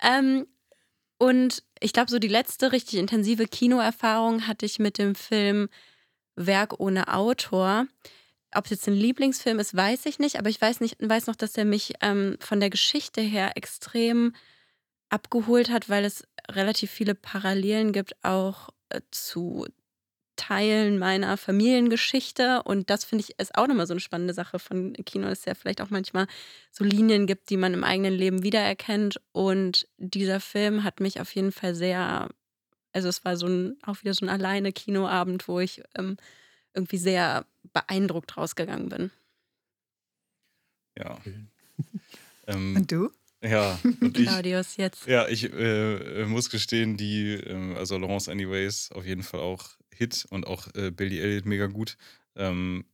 Speaker 4: Und ich glaube, so die letzte richtig intensive Kinoerfahrung hatte ich mit dem Film Werk ohne Autor. Ob es jetzt ein Lieblingsfilm ist, weiß ich nicht, aber ich weiß noch, dass er mich von der Geschichte her extrem abgeholt hat, weil es relativ viele Parallelen gibt, auch zu Teilen meiner Familiengeschichte. Und das finde ich ist auch nochmal so eine spannende Sache von Kino, dass es ja vielleicht auch manchmal so Linien gibt, die man im eigenen Leben wiedererkennt. Und dieser Film hat mich auf jeden Fall sehr, also es war auch wieder so ein alleine Kinoabend, wo ich irgendwie sehr beeindruckt rausgegangen bin.
Speaker 1: Ja.
Speaker 5: Und du?
Speaker 1: Ja, und ich,
Speaker 4: Claudius, jetzt.
Speaker 1: ja, ich muss gestehen, also Laurence Anyways auf jeden Fall auch Hit und auch Billy Elliot mega gut. Und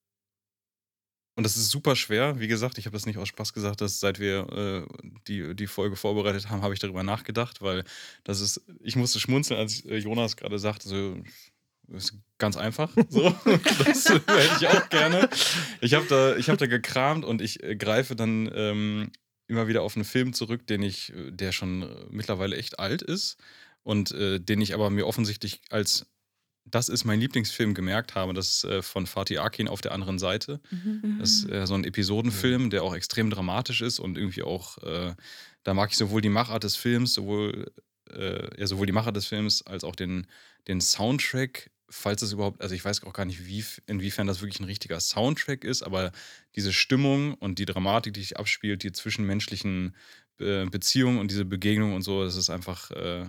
Speaker 1: das ist super schwer. Wie gesagt, ich habe das nicht aus Spaß gesagt, dass seit wir die Folge vorbereitet haben, habe ich darüber nachgedacht, weil ich musste schmunzeln, als Jonas gerade sagte, so, das ist ganz einfach. So. Das hätte ich auch gerne. Ich hab da gekramt und ich greife dann immer wieder auf einen Film zurück, der schon mittlerweile echt alt ist und den ich aber mir offensichtlich als das ist mein Lieblingsfilm gemerkt habe. Das ist von Fatih Akin Auf der anderen Seite. Das ist so ein Episodenfilm, der auch extrem dramatisch ist und irgendwie auch, da mag ich sowohl die Machart des Films, sowohl die Machart des Films als auch den Soundtrack, falls es überhaupt, also ich weiß auch gar nicht, inwiefern das wirklich ein richtiger Soundtrack ist, aber diese Stimmung und die Dramatik, die sich abspielt, die zwischenmenschlichen Beziehungen und diese Begegnung und so, das ist einfach,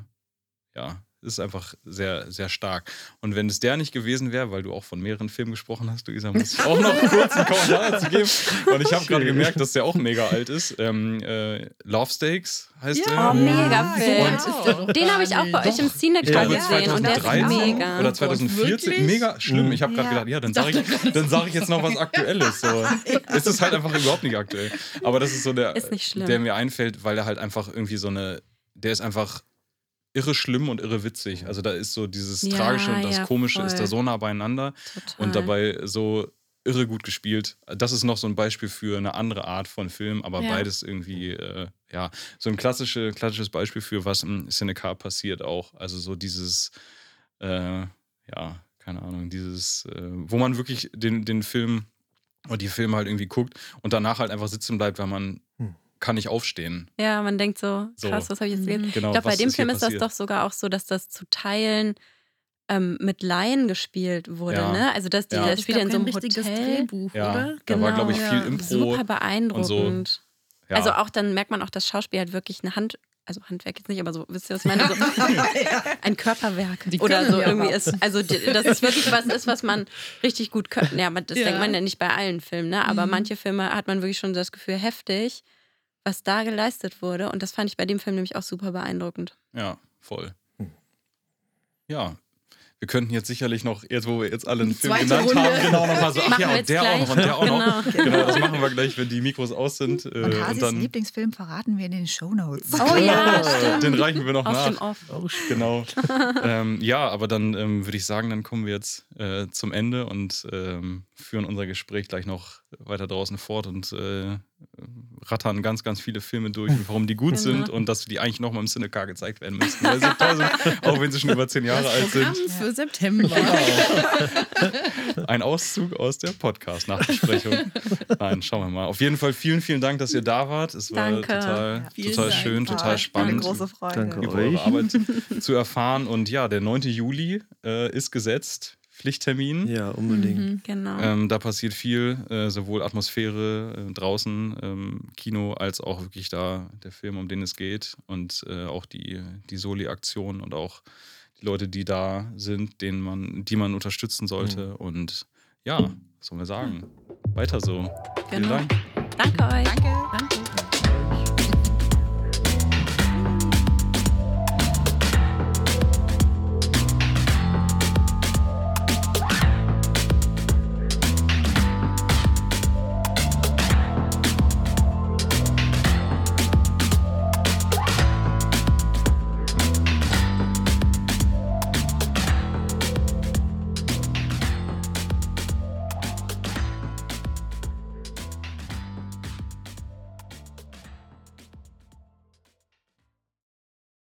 Speaker 1: ist einfach sehr, sehr stark. Und wenn es der nicht gewesen wäre, weil du auch von mehreren Filmen gesprochen hast, Luisa, muss ich auch noch kurz einen Kommentar dazu geben. Und ich habe gerade gemerkt, dass der auch mega alt ist. Love Stakes heißt der.
Speaker 4: Oh, mega Film.
Speaker 2: Wow.
Speaker 4: Den habe ich auch bei euch im Cinecar gesehen und der ist
Speaker 1: 2013
Speaker 4: mega.
Speaker 1: oder 2014.
Speaker 2: Wirklich?
Speaker 1: Mega schlimm. Ich habe gerade gedacht, ja, dann sag ich jetzt noch was Aktuelles. So. Es ist halt einfach überhaupt nicht aktuell. Aber das ist so
Speaker 4: Ist nicht schlimm.
Speaker 1: der mir einfällt, weil er halt einfach irgendwie der ist einfach irre schlimm und irre witzig. Also da ist so dieses
Speaker 4: Ja,
Speaker 1: Tragische und das
Speaker 4: ja,
Speaker 1: Komische
Speaker 4: voll.
Speaker 1: ist da so nah beieinander
Speaker 4: Total.
Speaker 1: und dabei so irre gut gespielt. Das ist noch so ein Beispiel für eine andere Art von Film, aber
Speaker 2: Ja.
Speaker 1: beides irgendwie, so ein klassisches Beispiel für was im Cinecar passiert auch. Also so dieses, keine Ahnung, dieses, wo man wirklich den Film oder die Filme halt irgendwie guckt und danach halt einfach sitzen bleibt, weil man kann nicht aufstehen.
Speaker 4: Ja, man denkt so, krass, was habe ich jetzt erlebt?
Speaker 1: Genau,
Speaker 4: Ich glaube, bei
Speaker 1: was
Speaker 4: dem
Speaker 1: ist hier
Speaker 4: Film ist das
Speaker 1: passiert?
Speaker 4: doch sogar auch so, dass das zu Teilen mit Laien gespielt wurde,
Speaker 1: Ja.
Speaker 4: ne? Also, dass die
Speaker 1: Ja.
Speaker 4: das spielt in so einem
Speaker 2: richtiges
Speaker 4: Hotel.
Speaker 2: Drehbuch,
Speaker 1: Ja,
Speaker 2: oder?
Speaker 1: da war, glaube ich,
Speaker 4: Genau.
Speaker 1: viel
Speaker 2: Ja.
Speaker 1: Impro.
Speaker 4: Super beeindruckend.
Speaker 1: Ja.
Speaker 4: Also auch dann merkt man auch, das Schauspiel hat wirklich eine Handwerk jetzt nicht, aber so, wisst ihr, was ich meine? So, ein Körperwerk
Speaker 2: Die
Speaker 4: oder
Speaker 2: können
Speaker 4: so
Speaker 2: ja
Speaker 4: irgendwie
Speaker 2: was.
Speaker 4: ist. Also das ist wirklich was man richtig gut könnte. Ja, das
Speaker 2: Ja.
Speaker 4: denkt man ja nicht bei allen Filmen, ne? Aber
Speaker 2: Mhm.
Speaker 4: manche Filme hat man wirklich schon das Gefühl, heftig, was da geleistet wurde. Und das fand ich bei dem Film nämlich auch super beeindruckend.
Speaker 1: Ja, voll. Ja. Wir könnten jetzt sicherlich noch, jetzt wo wir jetzt alle einen Film
Speaker 2: zweite
Speaker 1: genannt
Speaker 2: Runde.
Speaker 1: haben, genau nochmal so, ach
Speaker 4: Machen
Speaker 1: ja,
Speaker 4: wir
Speaker 1: und
Speaker 4: jetzt
Speaker 1: der auch
Speaker 4: gleich
Speaker 1: noch und der auch noch.
Speaker 4: noch.
Speaker 1: Genau, das machen wir gleich, wenn die Mikros aus sind.
Speaker 5: Und Hasis
Speaker 1: dann
Speaker 5: Lieblingsfilm verraten wir in den Shownotes.
Speaker 4: Oh ja, stimmt.
Speaker 1: den reichen wir noch
Speaker 4: Aus dem
Speaker 1: nach.
Speaker 4: Off.
Speaker 3: Oh, shit.
Speaker 1: Genau. Ja, aber dann würde ich sagen, dann kommen wir jetzt zum Ende und führen unser Gespräch gleich noch weiter draußen fort und rattern ganz, ganz viele Filme durch und warum die gut
Speaker 4: Genau.
Speaker 1: sind und dass die eigentlich nochmal im Cinecar gezeigt werden müssten. Weil sie toll sind, auch wenn sie schon über 10 Jahre alt sind.
Speaker 2: Programm für September.
Speaker 1: Ein Auszug aus der Podcast-Nachbesprechung. Nein, schauen wir mal. Auf jeden Fall vielen, vielen Dank, dass ihr da wart. Es war
Speaker 4: Danke.
Speaker 1: total
Speaker 2: Vielen
Speaker 1: total
Speaker 2: Dank.
Speaker 1: schön, total spannend.
Speaker 5: Eine große Freude.
Speaker 3: Danke
Speaker 1: über
Speaker 3: euch.
Speaker 1: eure Arbeit zu erfahren. Und ja, der 9. Juli ist gesetzt Pflichttermin.
Speaker 3: Ja, unbedingt.
Speaker 4: Genau.
Speaker 1: Da passiert viel, sowohl Atmosphäre draußen, Kino, als auch wirklich da der Film, um den es geht. Und auch die Soli-Aktion und auch die Leute, die da sind, die man unterstützen sollte. Und ja, was soll man sagen? Weiter so. Vielen
Speaker 4: Genau.
Speaker 1: Dank.
Speaker 4: Danke euch.
Speaker 5: Danke.
Speaker 2: Danke.